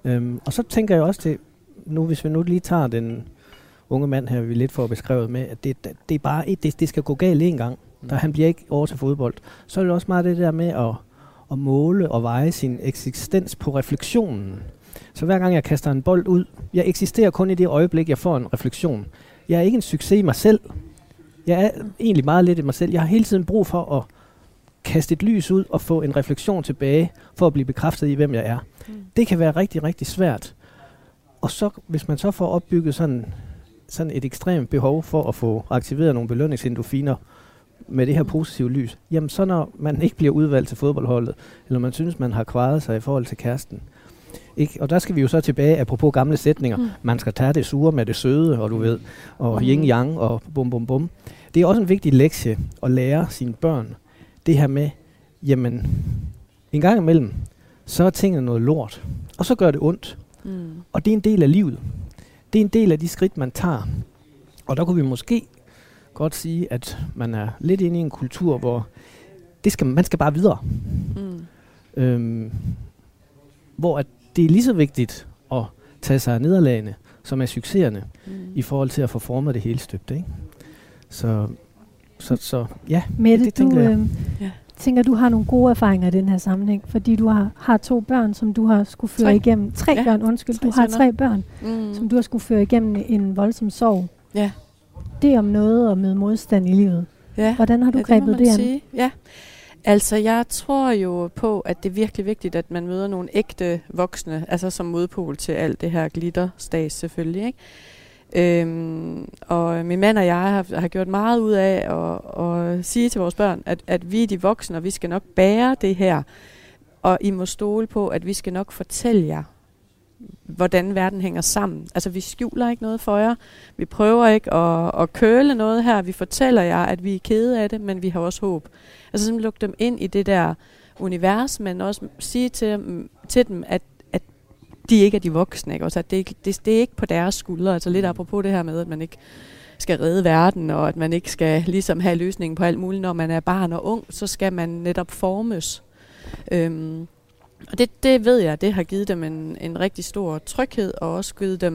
Og så tænker jeg også til, nu hvis vi nu lige tager den unge mand her, vi lidt får beskrevet med, at det er bare det skal gå galt en gang, da han bliver ikke over til fodbold. Så er det også meget det der med at måle og veje sin eksistens på refleksionen. Så hver gang jeg kaster en bold ud, jeg eksisterer kun i det øjeblik, jeg får en refleksion. Jeg er ikke en succes i mig selv. Jeg er egentlig meget lidt i mig selv. Jeg har hele tiden brug for at kaste et lys ud og få en refleksion tilbage, for at blive bekræftet i, hvem jeg er. Det kan være rigtig, rigtig svært. Og så, hvis man så får opbygget sådan et ekstremt behov for at få aktiveret nogle belønningsendorfiner med det her positive lys, jamen så når man ikke bliver udvalgt til fodboldholdet, eller man synes, man har kvaret sig i forhold til kæresten, ikke? Og der skal vi jo så tilbage, apropos gamle sætninger, man skal tage det sure med det søde, og du ved, og yin-yang, og bum bum bum. Det er også en vigtig lektie at lære sine børn, det her med, jamen, en gang imellem, så er tingene noget lort, og så gør det ondt. Og det er en del af livet. Det er en del af de skridt, man tager. Og der kunne vi måske godt sige, at man er lidt inde i en kultur, hvor man skal bare videre. Hvor at det er lige så vigtigt at tage sig af nederlagene, som er succeserne, i forhold til at få formet det hele støbt. Ikke? Så ja, Mette, det tænker jeg. Tænker, du har nogle gode erfaringer i den her sammenhæng, fordi du har 2 børn, som du har skulle føre igennem. 3 børn, undskyld. Du har 3 børn, som du har skulle føre igennem en voldsom sorg. Ja. Det er om noget at møde modstand i livet. Ja. Hvordan har du grebet det an? Ja. Altså, jeg tror jo på, at det er virkelig vigtigt, at man møder nogle ægte voksne, altså som modpol til alt det her glitterstas selvfølgelig, ikke? Og min mand og jeg har gjort meget ud af at sige til vores børn, at vi er de voksne, og vi skal nok bære det her, og I må stole på, at vi skal nok fortælle jer, hvordan verden hænger sammen. Altså, vi skjuler ikke noget for jer. Vi prøver ikke at køle noget her. Vi fortæller jer, at vi er kede af det, men vi har også håb. Altså, simpelthen lukke dem ind i det der univers, men også sige til dem, at de ikke er de voksne, ikke? Også at det er ikke på deres skuldre. Altså lidt apropos det her med, at man ikke skal redde verden, og at man ikke skal ligesom have løsningen på alt muligt. Når man er barn og ung, så skal man netop formes. Og det ved jeg, det har givet dem en rigtig stor tryghed, og også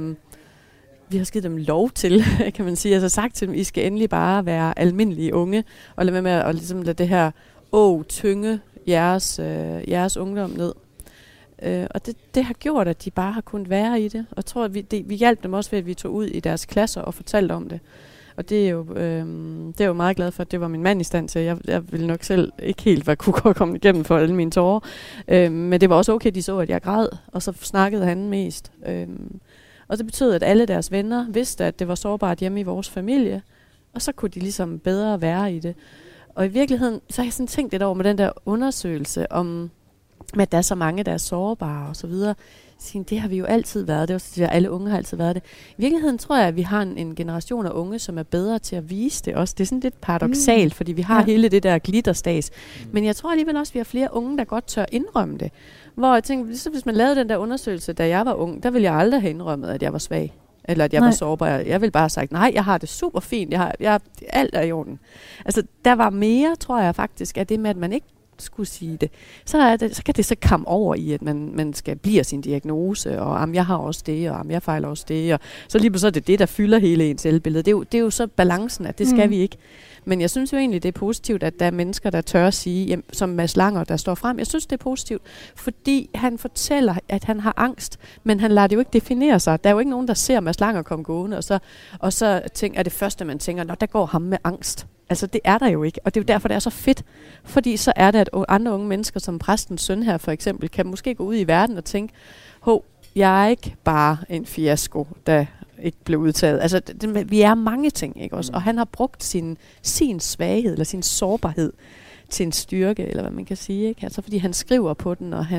vi har givet dem lov til, kan man sige. Altså sagt til dem, I skal endelig bare være almindelige unge, og lade med at ligesom lade det her tynge jeres ungdom ned. Og det har gjort, at de bare har kunnet være i det. Og jeg tror, at vi hjalp dem også ved, at vi tog ud i deres klasser og fortalte om det. Og det er jo meget glad for, at det var min mand i stand til. Jeg ville nok selv ikke helt kunne komme igennem for alle mine tårer. Men det var også okay, de så, at jeg græd, og så snakkede han mest. Og det betød, at alle deres venner vidste, at det var sårbart hjemme i vores familie. Og så kunne de ligesom bedre være i det. Og i virkeligheden, så har jeg sådan tænkt lidt over med den der undersøgelse om, at der er så mange, der er sårbare og så videre. Det har vi jo altid været. Det er også, alle unge har altid været det. I virkeligheden tror jeg, at vi har en generation af unge, som er bedre til at vise det også. Det er sådan lidt paradoksalt, fordi vi har hele det der glitterstas. Men jeg tror alligevel også, at vi har flere unge, der godt tør indrømme det. Hvor jeg tænker, så hvis man lavede den der undersøgelse, da jeg var ung, der ville jeg aldrig have indrømmet, at jeg var svag. Eller at jeg var sårbar. Jeg ville bare have sagt, nej, jeg har det super fint. Alt er i orden. Altså, der var mere, tror jeg faktisk, af det med, at man ikke skulle sige det. Så kan det så komme over i, at man skal blive sin diagnose, og jeg har også det, og jeg fejler også det, og så lige så er det, der fylder hele ens selvbillede. Det er jo så balancen, at det skal vi ikke. Men jeg synes jo egentlig, det er positivt, at der er mennesker, der tør at sige, som Mads Langer, der står frem. Jeg synes, det er positivt, fordi han fortæller, at han har angst, men han lader det jo ikke definere sig. Der er jo ikke nogen, der ser Mads Langer komme gående, og så er det første, man tænker, der går ham med angst. Altså, det er der jo ikke, og det er jo derfor, det er så fedt. Fordi så er det, at andre unge mennesker, som præstens søn her for eksempel, kan måske gå ud i verden og tænke, jeg er ikke bare en fiasko, der ikke blev udtaget. Altså, vi er mange ting, ikke også? Og han har brugt sin svaghed, eller sin sårbarhed, til en styrke, eller hvad man kan sige, ikke? Altså, fordi han skriver på den, og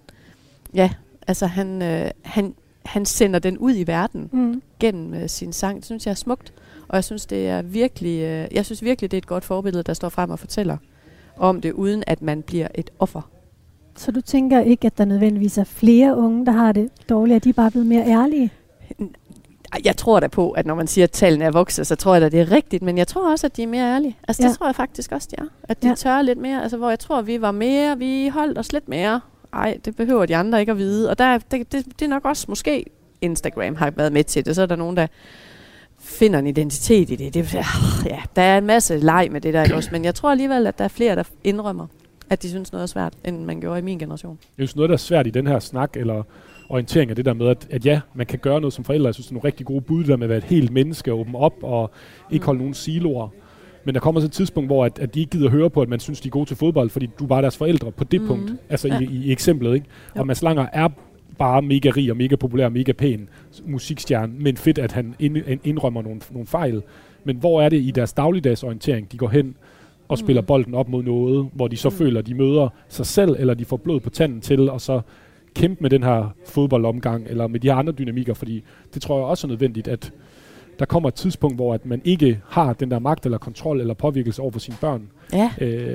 han sender den ud i verden gennem sin sang. Det synes jeg er smukt. Og jeg synes, det er virkelig, det er et godt forbillede, der står frem og fortæller om det, uden at man bliver et offer. Så du tænker ikke, at der nødvendigvis er flere unge, der har det dårligt, at de er bare blevet mere ærlige? Jeg tror da på, at når man siger, at tallene er vokset, så tror jeg da, det er rigtigt. Men jeg tror også, at de er mere ærlige. Altså, det tror jeg faktisk også, de er. At de tør lidt mere. Altså, hvor jeg tror, vi holdt os lidt mere ej, det behøver de andre ikke at vide. Og det er nok også måske Instagram har været med til det. Så er der nogen, der finder en identitet i det. Ja, der er en masse leg med det der, ikke også? Men jeg tror alligevel, at der er flere, der indrømmer, at de synes noget er svært, end man gjorde i min generation. Jeg synes noget, der er svært i den her snak, eller orientering af det der med, at ja, man kan gøre noget som forældre. Jeg synes, det er nogle rigtig gode bud, der med at være et helt menneske, åbne op og ikke holde nogen siloer. Men der kommer så et tidspunkt, hvor at de ikke gider høre på, at man synes, de er gode til fodbold, fordi du er bare deres forældre på det punkt. Altså i eksemplet, ikke? Jo. Og Mads Langer er bare mega rig og mega populær og mega pæn musikstjerne, men fedt, at han indrømmer nogle fejl. Men hvor er det i deres dagligdags orientering, de går hen og spiller bolden op mod noget, hvor de så føler, at de møder sig selv, eller de får blod på tanden til, og så kæmpe med den her fodboldomgang, eller med de her andre dynamikker, fordi det tror jeg også er nødvendigt, at der kommer et tidspunkt, hvor at man ikke har den der magt eller kontrol eller påvirkelse over for sine børn. Ja.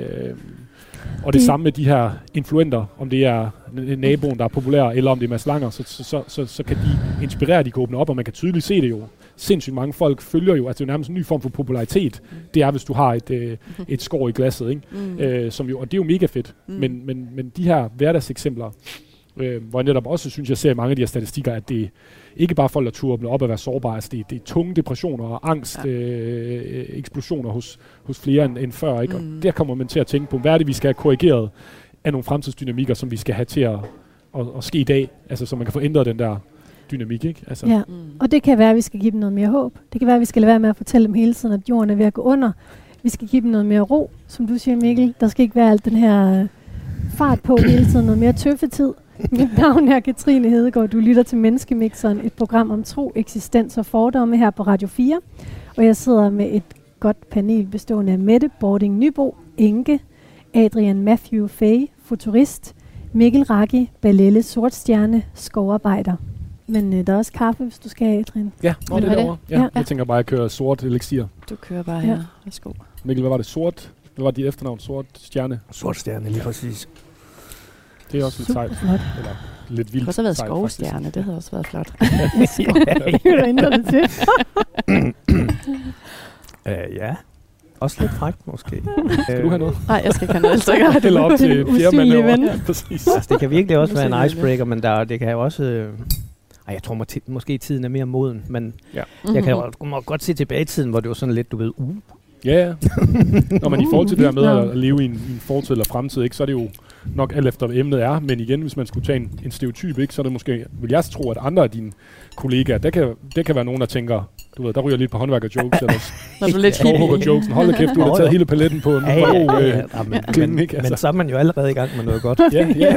Og det samme med de her influenter, om det er naboen, der er populær, eller om det er Mads Langer, så kan de inspirere, de kan åbne op, og man kan tydeligt se det jo. Sindssygt mange folk følger jo, altså det er nærmest en ny form for popularitet. Det er, hvis du har et skår i glasset, ikke? Som jo, og det er jo mega fedt. Men de her hverdagseksempler, hvor jeg netop også synes, jeg ser i mange af de her statistikker, at det ikke bare folk, der turde åbne op og være sårbare. Altså det er tunge depressioner og angst, eksplosioner hos flere end før. Ikke? Og der kommer man til at tænke på, hvad er det, vi skal have korrigeret af nogle fremtidsdynamikker, som vi skal have til at ske i dag, altså så man kan få ændret den der dynamik. Ikke? Altså. Ja, og det kan være, at vi skal give dem noget mere håb. Det kan være, at vi skal lade være med at fortælle dem hele tiden, at jorden er ved at gå under. Vi skal give dem noget mere ro, som du siger, Mikkel. Der skal ikke være alt den her fart på hele tiden, noget mere tøffetid. Mit navn er Katrine Hedegaard. Du lytter til Menneskemixeren, et program om tro, eksistens og fordomme her på Radio 4. Og jeg sidder med et godt panel bestående af Mette Bording Nybo, enke, Adrian Matthew Fay, futurist, Mikkel Raki, Balelle Sortstjerne, skovarbejder. Men der er også kaffe, hvis du skal have, Adrian. Ja, det er derovre. Ja. Jeg tænker bare, at jeg kører sort elixir. Du kører bare her. Værsgo. Mikkel, hvad var det? Sort? Hvad var dit efternavn? Sort stjerne? Sort stjerne, lige præcis. Det er også lidt sejt. Eller lidt vildt. Det kunne også have været skovstjerne. Det havde også været flot. Du ændrer det til. Ja. Også lidt frækt, måske. Skal du have noget? Nej, jeg skal ikke have noget. Så jeg eller op til fjerde mand herovre. Ja, præcis. Altså, det kan virkelig også være en icebreaker, men det kan jo også... jeg tror måske tiden er mere moden, men jeg kan jo godt se tilbage i tiden, hvor det var sådan lidt, du ved, Ja. Når man i forhold til det der med at leve i en fortid eller fremtid, ikke, så er det jo nok alt efter, hvad emnet er. Men igen, hvis man skulle tage en stereotyp, ikke, så er det måske, vil jeg tro, at andre af dine kollegaer, det kan være nogen, der tænker, du ved, der ryger lidt på håndværker-jokes, eller skovhugger-jokesen. Hold da kæft, du har taget hele paletten på en men så er man jo allerede i gang med noget godt. Ja.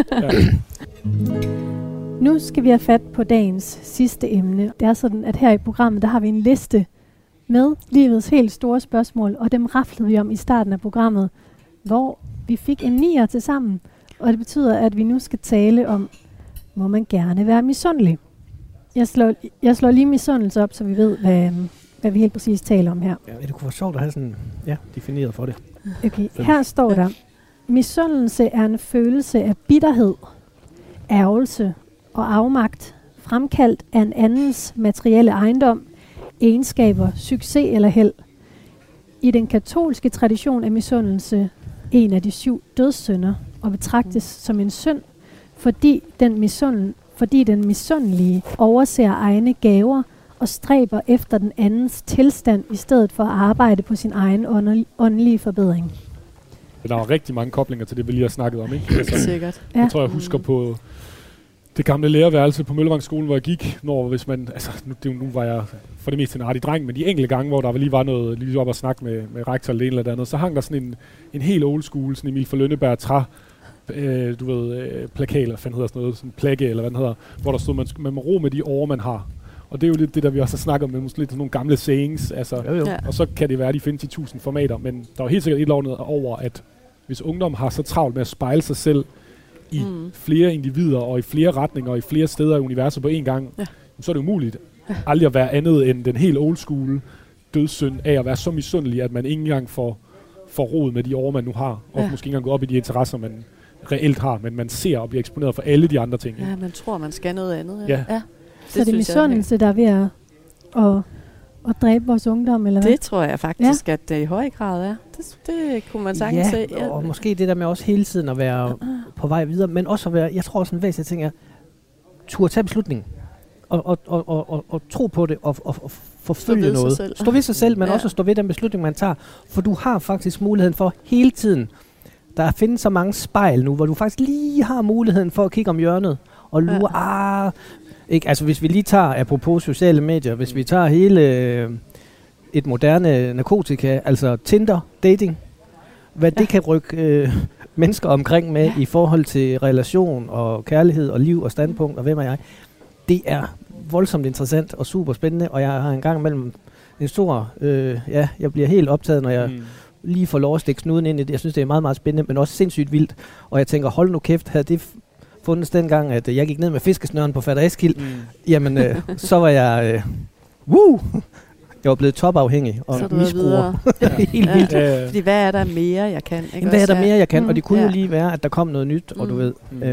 Nu skal vi have fat på dagens sidste emne. Det er sådan, at her i programmet, der har vi en liste med livets helt store spørgsmål, og dem raflede vi om i starten af programmet, hvor vi fik en 9'er til sammen. Og det betyder, at vi nu skal tale om, må man gerne være misundelig? Jeg slår lige misundelse op, så vi ved, hvad vi helt præcis taler om her. Ja, det kunne være sjovt at have sådan, defineret for det. Okay, her står der, misundelse er en følelse af bitterhed, ærgelse og afmagt, fremkaldt af en andens materielle ejendom, egenskaber, succes eller held. I den katolske tradition er misundelse en af de 7 dødssynder og betragtes som en synd, fordi den misundelige overser egne gaver og stræber efter den andens tilstand i stedet for at arbejde på sin egen åndelige forbedring. Der er rigtig mange koblinger til det, vi lige har snakket om, ikke? Altså, sikkert. Jeg tror, jeg husker på det gamle lærerværelse på Møllevangsskolen, hvor jeg gik, hvis man, altså nu var jeg for det meste en artig dreng, men de enkelte gange, hvor der lige var noget, lige op at snakke med rektor eller en eller andet, så hang der sådan en helt old school, sådan Emil fra Lønneberg træ, plakat, eller hvad hedder sådan noget, sådan plakke, eller hvad den hedder, hvor der stod, man må ro med de år, man har. Og det er jo lidt det, der vi også har snakket om, med måske lidt sådan nogle gamle sayings, altså, og så kan det være, at de findes i 1000 formater, men der er helt sikkert et eller andet over, at hvis ungdom har så travlt med at spejle sig selv i flere individer og i flere retninger og i flere steder i universet på én gang, så er det umuligt aldrig at være andet end den helt old school dødssynd af at være så misundelig, at man ikke engang får rod med de år, man nu har, og måske ikke engang gå op i de interesser, man reelt har, men man ser og bliver eksponeret for alle de andre ting. Ja, man tror, man skal noget andet. Ja. Så det er misundelse, der er ved at dræbe vores ungdom, eller hvad? Det tror jeg faktisk, at det i høj grad er. Det kunne man sagtens se. Ja, og måske det der med også hele tiden at være på vej videre, men også at være, jeg tror også en væsentlig ting er, turde tage beslutningen, og tro på det, og forfølge noget. Stå ved sig selv, men også stå ved den beslutning, man tager. For du har faktisk muligheden for hele tiden, der findes så mange spejl nu, hvor du faktisk lige har muligheden for at kigge om hjørnet, og lure, ikke? Altså hvis vi lige tager, apropos sociale medier, hvis vi tager hele et moderne narkotika, altså Tinder, dating, hvad det kan rykke mennesker omkring med i forhold til relation og kærlighed og liv og standpunkt og hvem er jeg, det er voldsomt interessant og super spændende, og jeg har en gang imellem en stor, jeg bliver helt optaget, når jeg lige får lov at stikke snuden ind i det. Jeg synes, det er meget, meget spændende, men også sindssygt vildt, og jeg tænker, hold nu kæft, havde det fundet dengang, at jeg gik ned med fiskesnøren på Fader Eskild, jamen, så var jeg, jeg var blevet topafhængig og misbruger. Helt vildt. Fordi hvad er der mere, jeg kan? Ikke? Hvad er der mere, jeg kan? Og det kunne jo lige være, at der kom noget nyt, og du ved.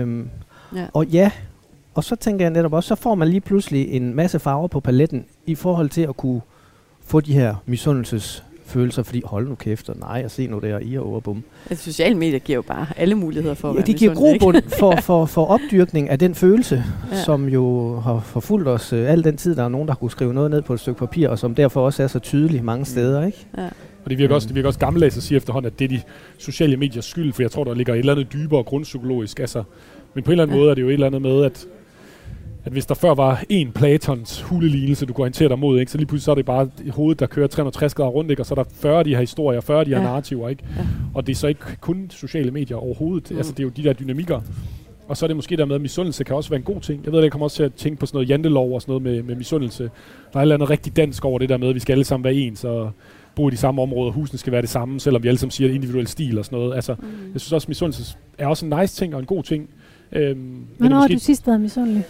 Og så tænker jeg netop også, så får man lige pludselig en masse farver på paletten, i forhold til at kunne få de her misundelsesfølelser, fordi hold nu kæft, og nej, jeg ser nu der, I er overbum. Altså, sociale medier giver jo bare alle muligheder for at være de giver grobund for opdyrkning af den følelse, som jo har forfulgt os al den tid, der er nogen, der kunne skrive noget ned på et stykke papir, og som derfor også er så tydelig mange steder, ikke? Ja. Og det virker også gammeldags at sige efterhånden, at det er de sociale mediers skyld, for jeg tror, der ligger et eller andet dybere grundpsykologisk. Altså, men på en eller anden måde er det jo et eller andet med, at hvis der før var en Platons hulelignelse, du kunne orientere dig mod, ikke, så lige pludselig så er det bare hovedet, der kører 360 grader rundt, ikke, og så er der 40 af de her historier, 40 af de her narrativer, ikke? Ja. Og det er så ikke kun sociale medier overhovedet. Altså, det er jo de der dynamikker. Og så er det måske der med, at misundelse kan også være en god ting. Jeg ved, at jeg kommer også til at tænke på sådan noget jantelov og sådan noget med misundelse. Der er et eller andet rigtig dansk over det der med, at vi skal alle sammen være ens og bo i de samme områder, husene skal være det samme, selvom vi alle sammen siger individuel stil og sådan noget. Altså, jeg synes også, at misundelse er også en nice ting og en god ting. Hvornår har du sidst været misundelig?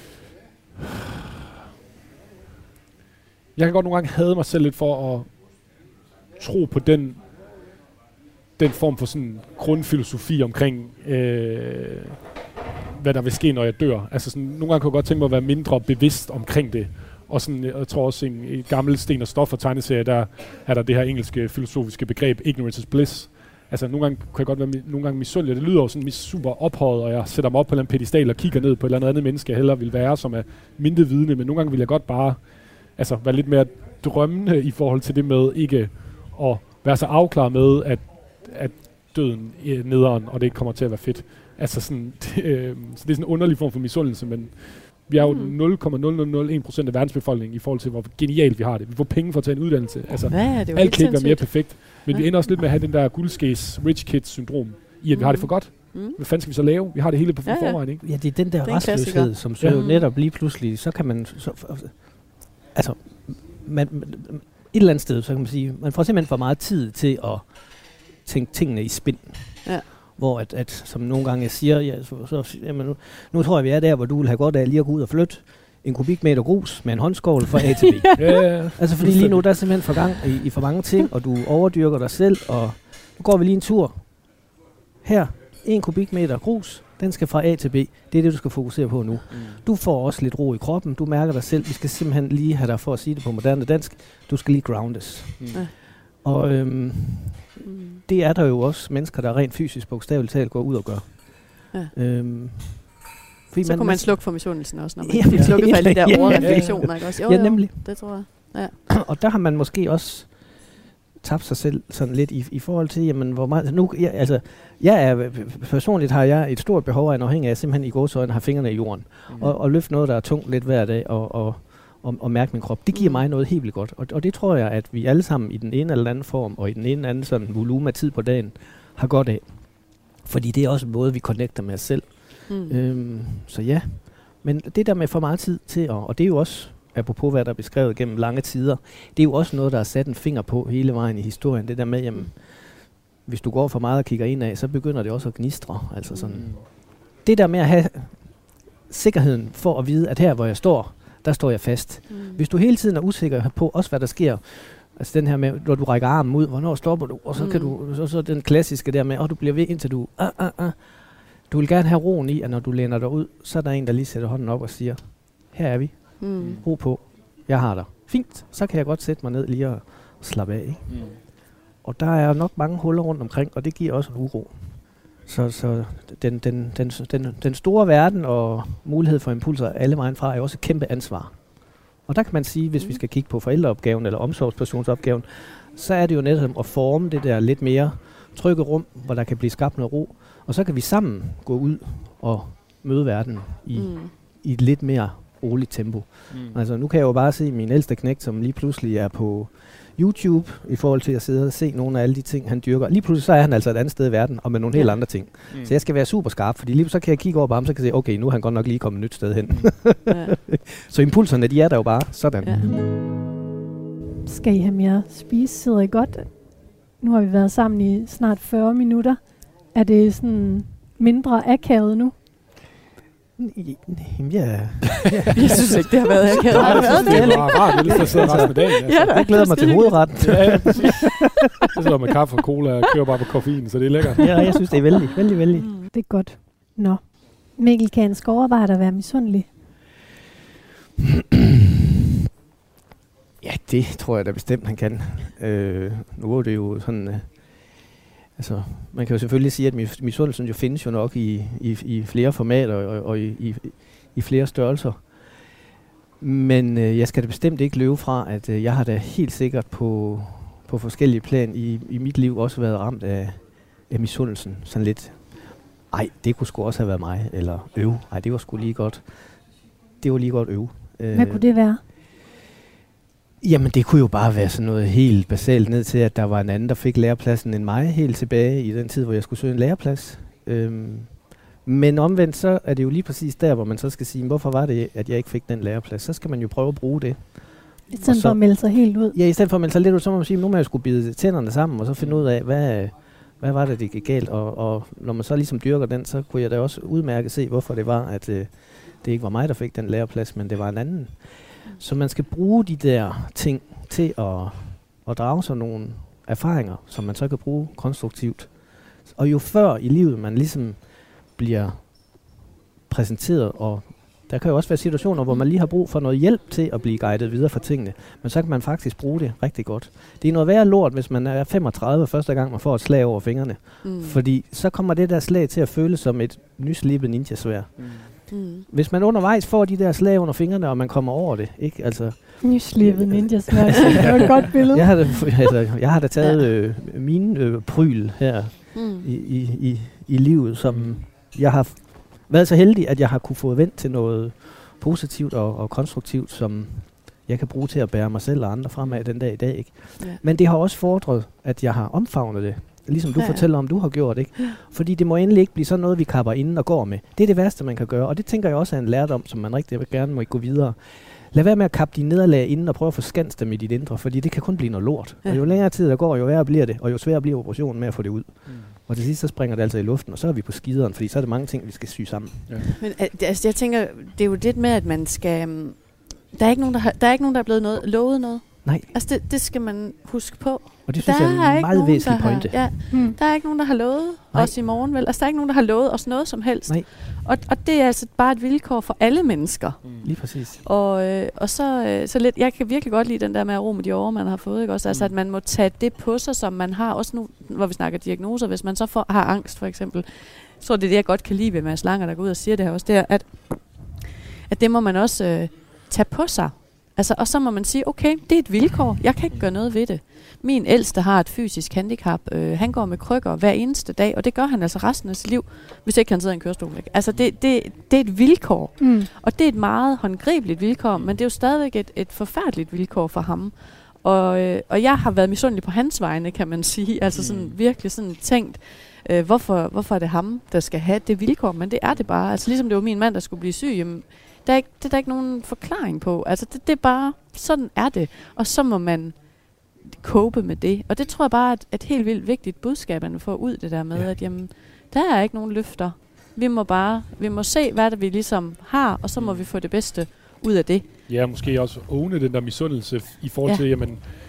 Jeg kan godt nogle gange hade mig selv lidt for at tro på den form for sådan grundfilosofi omkring, hvad der vil ske, når jeg dør. Altså sådan, nogle gange kan jeg godt tænke mig at være mindre bevidst omkring det. Og sådan, jeg tror også, en gammel Sten og Stoffer tegneserie, der er der det her engelske filosofiske begreb, ignorance is bliss. Altså, nogle gange kan jeg godt være misundelig. Det lyder jo sådan super ophøjet, og jeg sætter mig op på en pedestal og kigger ned på et eller andet menneske, jeg hellere vil være, som er mindre vidne. Men nogle gange vil jeg godt bare være lidt mere drømmende i forhold til det med ikke at være så afklaret med, at døden er nederen, og det ikke kommer til at være fedt. Altså sådan, så det er sådan en underlig form for misundelse, men vi er jo 0,0001% af verdensbefolkningen i forhold til, hvor genialt vi har det. Vi får penge for at tage en uddannelse. Altså, alt kan ikke være mere perfekt. Men vi ender også lidt med at have den der guldskæs rich kids syndrom i, at vi har det for godt. Hvad fanden skal vi så lave? Vi har det hele på forvejen, ikke? Ja, det er den der restløshed, som så jo netop lige pludselig, så kan man... Altså, et eller andet sted, så kan man sige, man får simpelthen for meget tid til at tænke tingene i spind. Ja. Hvor at som nogle gange jeg siger, jamen nu tror jeg, vi er der, hvor du vil have godt af lige at gå ud og flytte en kubikmeter grus med en håndskål fra A til B. Altså fordi lige nu, der er simpelthen for gang i for mange ting, og du overdyrker dig selv, og nu går vi lige en tur. Her, 1 kubikmeter grus, den skal fra A til B. Det er det, du skal fokusere på nu. Du får også lidt ro i kroppen, du mærker dig selv. Vi skal simpelthen lige have dig, for at sige det på moderne dansk, du skal lige groundes. Og det er der jo også mennesker, der rent fysisk bogstaveligt talt går ud og gør. Ja. Så kunne man slukke for misundelsen også, når man fik slukket for alle de der overrefleksioner, ikke også? Jo, nemlig. Det tror jeg. Ja. Og der har man måske også tabt sig selv sådan lidt i forhold til, jamen, hvor meget... Nu, personligt har jeg et stort behov af en afhængig af, simpelthen i gåseøjne har fingrene i jorden. Og løfte noget, der er tungt lidt hver dag, og mærke min krop. Det giver mig noget helt vildt godt. Og det tror jeg, at vi alle sammen i den ene eller anden form, og i den ene eller anden sådan volumen af tid på dagen, har godt af. Fordi det er også en måde, vi connecter med os selv. Så ja. Men det der med for meget tid til, og det er jo også, apropos hvad der er beskrevet gennem lange tider, det er jo også noget, der er sat en finger på hele vejen i historien. Det der med, jamen, hvis du går for meget og kigger indad, så begynder det også at gnistre. Altså sådan. Det der med at have sikkerheden for at vide, at her hvor jeg står, der står jeg fast. Hvis du hele tiden er usikker på også hvad der sker, altså den her med, når du rækker armen ud, hvornår stopper du, og så kan du, så den klassiske der med, du bliver ved indtil du, du vil gerne have roen i, at når du læner dig ud, så er der en, der lige sætter hånden op og siger, her er vi, ro på, jeg har dig. fint, så kan jeg godt sætte mig ned lige og slappe af. Ikke? Og der er nok mange huller rundt omkring, og det giver også en uro. Så den store verden og mulighed for impulser alle vejen fra er også et kæmpe ansvar. Og der kan man sige, hvis vi skal kigge på forældreopgaven eller omsorgspersonsopgaven, så er det jo netop at forme det der lidt mere trygge rum, hvor der kan blive skabt noget ro. Og så kan vi sammen gå ud og møde verden i et lidt mere roligt tempo. Altså nu kan jeg jo bare se min ældste knægt, som lige pludselig er på YouTube i forhold til at sidde og se nogle af alle de ting, han dyrker. Lige pludselig så er han altså et andet sted i verden, og med nogle helt andre ting. Så jeg skal være super skarp, fordi lige så kan jeg kigge over på ham, så kan jeg se, okay, nu er han godt nok lige kommet et nyt sted hen. Så impulserne, de er der jo bare sådan. Ja. Skal I have mere spise? Sidder I godt? Nu har vi været sammen i snart 40 minutter. Er det sådan mindre akavet nu? Ja. Jeg synes ikke, det har været akavet. Det var rart, hvis jeg sidder resten af dagen. Altså. Jeg glæder mig til hovedretten. Ja, præcis. Jeg sidder med kaffe og cola og kører bare på koffein, så det er lækkert. Ja, jeg synes, det er vældig. Det er godt. Nå. Mikkel, kan en skovarbejder være misundelig? Ja, det tror jeg da bestemt, han kan. Nu er det jo sådan... Altså, man kan jo selvfølgelig sige, at misundelsen jo findes jo nok i flere formater og i flere størrelser. Men jeg skal da bestemt ikke løbe fra, at jeg har da helt sikkert på forskellige plan i mit liv også været ramt af misundelsen. Sådan lidt, ej, det kunne sgu også have været mig, eller ej, det var sgu lige godt. Det var lige godt øve. Hvad kunne det være? Jamen, det kunne jo bare være sådan noget helt basalt ned til, at der var en anden, der fik lærepladsen end mig helt tilbage i den tid, hvor jeg skulle søge en læreplads. Men omvendt, så er det jo lige præcis der, hvor man så skal sige, hvorfor var det, at jeg ikke fik den læreplads? Så skal man jo prøve at bruge det. I stedet for at melde sig helt ud? Ja, i stedet for at melde sig lidt ud, så må man sige, nu må jeg skulle bide tænderne sammen, og så finde ud af, hvad var det gik galt? Og når man så ligesom dyrker den, så kunne jeg da også udmærket se, hvorfor det var, at det ikke var mig, der fik den læreplads, men det var en anden. Så man skal bruge de der ting til at drage sig nogle erfaringer, som man så kan bruge konstruktivt. Og jo før i livet man ligesom bliver præsenteret, og der kan jo også være situationer, hvor man lige har brug for noget hjælp til at blive guidet videre for tingene, men så kan man faktisk bruge det rigtig godt. Det er noget værre lort, hvis man er 35 første gang, man får et slag over fingrene. Fordi så kommer det der slag til at føles som et nyslibet ninjasværd. Hvis man undervejs får de der slag under fingrene, og man kommer over det, ikke? Altså, nyslibet ninjasværd, det var et godt billede. Jeg har da taget min pryl her i livet, som jeg har været så heldig, at jeg har kunne få vendt til noget positivt og konstruktivt, som jeg kan bruge til at bære mig selv og andre fremad den dag i dag. Ikke? Ja. Men det har også fordret, at jeg har omfavnet det. Ligesom du fortæller om, du har gjort, ikke? Fordi det må endelig ikke blive sådan noget, vi kapper inden og går med. Det er det værste, man kan gøre, og det tænker jeg også er en lærdom, som man rigtig gerne må gå videre. Lad være med at kappe dine nederlag inden og prøve at få skans dem i dit indre, fordi det kan kun blive noget lort. Ja. Og jo længere tid der går, jo værre bliver det, og jo sværere bliver operationen med at få det ud. Og til sidst så springer det altså i luften, og så er vi på skideren, fordi så er det mange ting, vi skal sy sammen. Ja. Men altså, jeg tænker, det er jo det med, at man skal... Der er ikke nogen, der er blevet lovet noget. Nej. Altså, det skal man huske på. Og det synes jeg er en meget væsentlig pointe. Der er ikke nogen, der har lovet os i morgen, vel? Altså, der er ikke nogen, der har lovet os noget som helst. Nej. Og det er altså bare et vilkår for alle mennesker. Lige præcis. Og så lidt, jeg kan virkelig godt lide den der med at ro med de år, man har fået, ikke også? Altså, at man må tage det på sig, som man har. Også nu, hvor vi snakker diagnoser, hvis man så har angst, for eksempel. Så det er det, jeg godt kan lide ved Mads Langer, der går ud og siger det her også, det er, at det må man også tage på sig. Altså, og så må man sige, okay, det er et vilkår. Jeg kan ikke gøre noget ved det. Min ældste har et fysisk handicap. Han går med krykker hver eneste dag, og det gør han altså resten af sit liv, hvis ikke han sidder i en kørestol. Ikke? Altså, det er et vilkår. Og det er et meget håndgribeligt vilkår, men det er jo stadigvæk et forfærdeligt vilkår for ham. Og jeg har været misundelig på hans vegne, kan man sige. Altså sådan virkelig sådan tænkt, hvorfor er det ham, der skal have det vilkår? Men det er det bare. Altså ligesom det var min mand, der skulle blive syg, jamen, det er der ikke nogen forklaring på. Altså det er bare, sådan er det. Og så må man cope med det. Og det tror jeg bare er et helt vildt vigtigt budskab, at man får ud det der med, at jamen, der er ikke nogen løfter. Vi må se, hvad det vi ligesom har, og så må vi få det bedste ud af det. Ja, måske også åbne den der misundelse i forhold til, jamen,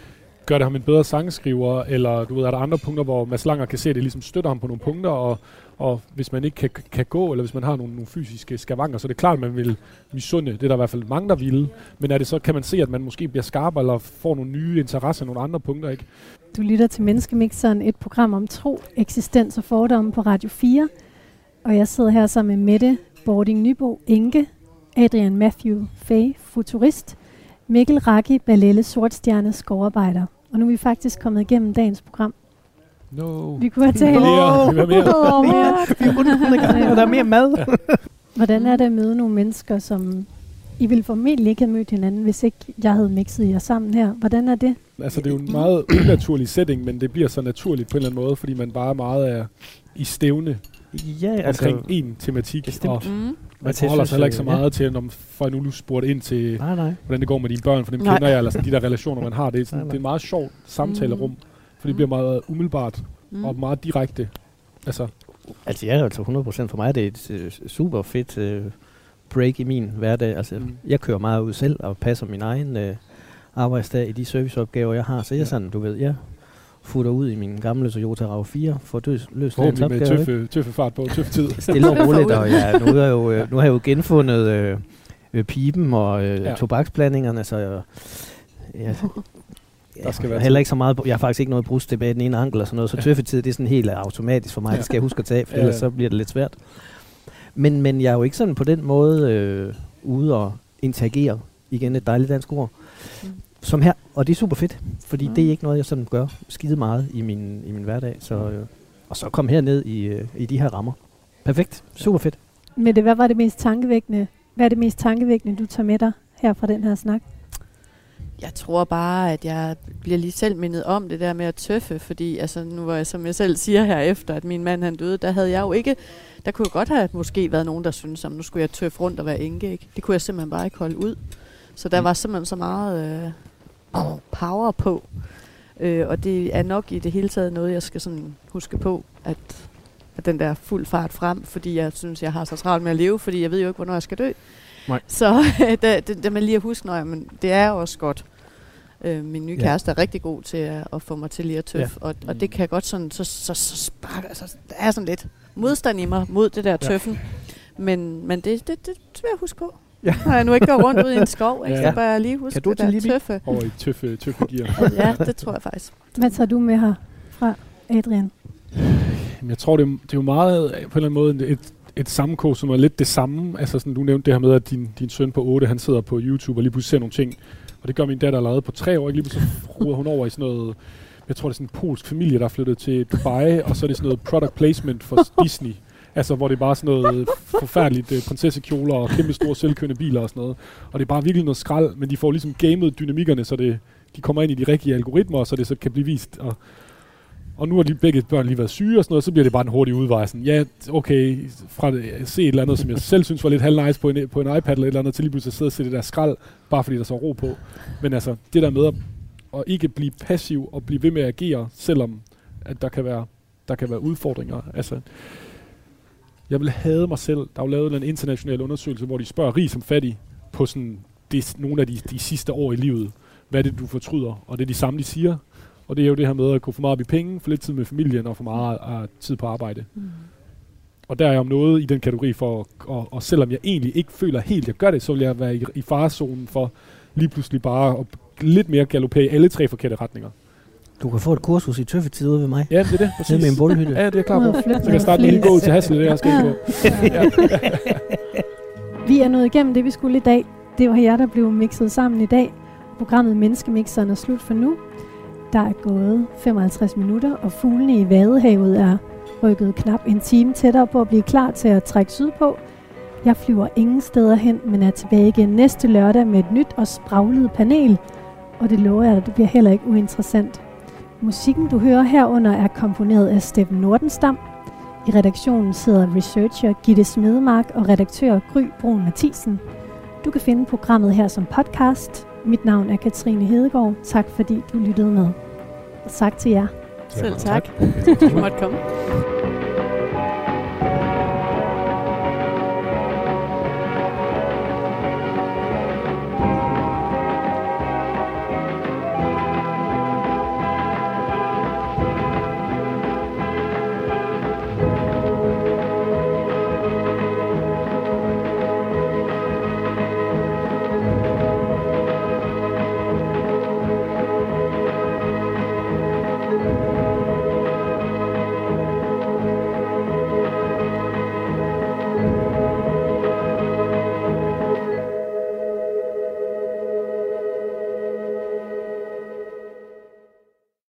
gør det ham en bedre sangskriver, eller du ved, er der andre punkter, hvor Mads Langer kan se, at det ligesom støtter ham på nogle punkter, og hvis man ikke kan gå, eller hvis man har nogle fysiske skavanker, så er det klart, at man vil misunde. Det er der i hvert fald mange, der vil. Men er det så, kan man se, at man måske bliver skarp, eller får nogle nye interesser, nogle andre punkter, ikke? Du lytter til Menneskemixeren, et program om tro, eksistens og fordomme på Radio 4. Og jeg sidder her sammen med Mette Bording Nybo, enke, Adrian Matthew Fay, futurist, Mikkel Raki Balele, sortstjerne, skovarbejder. Og nu er vi faktisk kommet igennem dagens program. No. Vi kunne have talt mere. Der er mere mad. Hvordan er det at møde nogle mennesker, som I ville formentlig ikke have mødt hinanden, hvis ikke jeg havde mixet jer sammen her? Hvordan er det? Altså, det er jo en meget unaturlig setting, men det bliver så naturligt på en eller anden måde, fordi man bare meget er i stævne omkring én tematik. Bestemt. Og man forholder sig heller ikke så meget til, når folk nu spurgte ind til, hvordan det går med dine børn, for dem kender jeg, eller sådan, de der relationer, man har. Det er, sådan, det er et meget sjovt samtalerum, for det bliver meget umiddelbart og meget direkte. Altså ja, altså 100% for mig er det et super fedt break i min hverdag. Altså, jeg kører meget ud selv og passer min egen arbejdsdag i de serviceopgaver, jeg har. Så jeg sådan, du ved, jeg futter ud i min gamle Toyota RAV4 for at løse dagens opgave. Med tøffe fart på, tøffe tid. Stille og roligt, og nu har jeg jo genfundet pipen og tobaksblandingerne, så der skal være heller ikke så meget. Jeg har faktisk ikke noget brust tilbage i den ene ankel og sådan noget, så tøffetid, det er sådan helt automatisk for mig. Det skal jeg huske at tage, for ellers så bliver det lidt svært. Men jeg er jo ikke sådan på den måde ude og interagere, igen et dejligt dansk ord, som her. Og det er super fedt, fordi det er ikke noget, jeg sådan gør skide meget i min hverdag. Så, og så kom herned i de her rammer. Perfekt. Super fedt. Men hvad var det mest tankevækkende? Hvad er det mest tankevækkende, du tager med dig her fra den her snak? Jeg tror bare, at jeg bliver lige selv mindet om det der med at tøffe, fordi altså, nu var jeg, som jeg selv siger her efter, at min mand han døde, der havde jeg jo ikke, der kunne jo godt have måske været nogen, der syntes, at nu skulle jeg tøffe rundt og være enke, ikke? Det kunne jeg simpelthen bare ikke holde ud. Så der var simpelthen så meget power på, og det er nok i det hele taget noget, jeg skal sådan huske på, at den der fuld fart frem, fordi jeg synes, jeg har så travlt med at leve, fordi jeg ved jo ikke, hvornår jeg skal dø. Nej. Så det man lige at huske, men det er også godt. Min nye kæreste er rigtig god til at få mig til lige at tøffe, og det kan godt sådan, så sparker, altså, der er sådan lidt modstand i mig mod det der tøffen, men det vil jeg huske på. Ja. Når jeg nu ikke går rundt ud i en skov, ikke, så bør jeg lige huske det der tøffe. Over i tøffe gear. Ja, det tror jeg faktisk. Hvad tager du med her fra Adrian? Jeg tror, det er jo meget på en eller anden måde et sammenkog, som er lidt det samme. Altså sådan, du nævnte det her med, at din søn på 8, han sidder på YouTube og lige pludselig ser nogle ting. Og det gør min datter allerede på 3 år. Lige pludselig ruder hun over i sådan noget, jeg tror det er sådan en polsk familie, der er flyttet til Dubai, og så er det sådan noget product placement for Disney. Altså, hvor det er bare sådan noget forfærdeligt prinsessekjoler og kæmpe store selvkørende biler og sådan noget. Og det er bare virkelig noget skrald, men de får ligesom gamet dynamikkerne, så de kommer ind i de rigtige algoritmer, så det så kan blive vist. Og nu har de begge børn lige været syge og sådan noget, så bliver det bare en hurtig udvej. Sådan, ja, okay, fra at se et eller andet, som jeg selv synes var lidt halv nice på en iPad eller et eller andet, til lige pludselig at sidde og se det der skrald, bare fordi der så er ro på. Men altså, det der med at ikke blive passiv og blive ved med at agere, selvom at der kan være udfordringer. Altså, jeg vil hade mig selv. Der er jo lavet en international undersøgelse, hvor de spørger rig som fattig på sådan nogle af de sidste år i livet. Hvad er det, du fortryder? Og det er de samme, de siger. Og det er jo det her med at gå for meget op i penge, for lidt tid med familien og for meget tid på arbejde. Og der er jeg om noget i den kategori for, og selvom jeg egentlig ikke føler helt, jeg gør det, så vil jeg være i farezonen for lige pludselig bare at lidt mere galopere i alle 3 forkerte retninger. Du kan få et kursus i tøffetid ude ved mig. Ja, det er det. Præcis. Med en bålhytte. Ja, det er klart. Så kan jeg starte lige gå ud til Hassel, det jeg skal gå. Vi er nået igennem det, vi skulle i dag. Det var her, der blev mixet sammen i dag. Programmet Menneskemixeren er slut for nu. Der er gået 55 minutter, og fuglene i Vadehavet er rykket knap en time tættere på at blive klar til at trække sydpå. Jeg flyver ingen steder hen, men er tilbage igen næste lørdag med et nyt og spraglet panel. Og det lover jeg, at det bliver heller ikke uinteressant. Musikken, du hører herunder, er komponeret af Steffen Nordenstam. I redaktionen sidder researcher Gitte Smedemark og redaktør Gry Brun Mathisen. Du kan finde programmet her som podcast. Mit navn er Katrine Hedegaard. Tak fordi du lyttede med. Og tak til jer. Selv tak. Du måtte komme.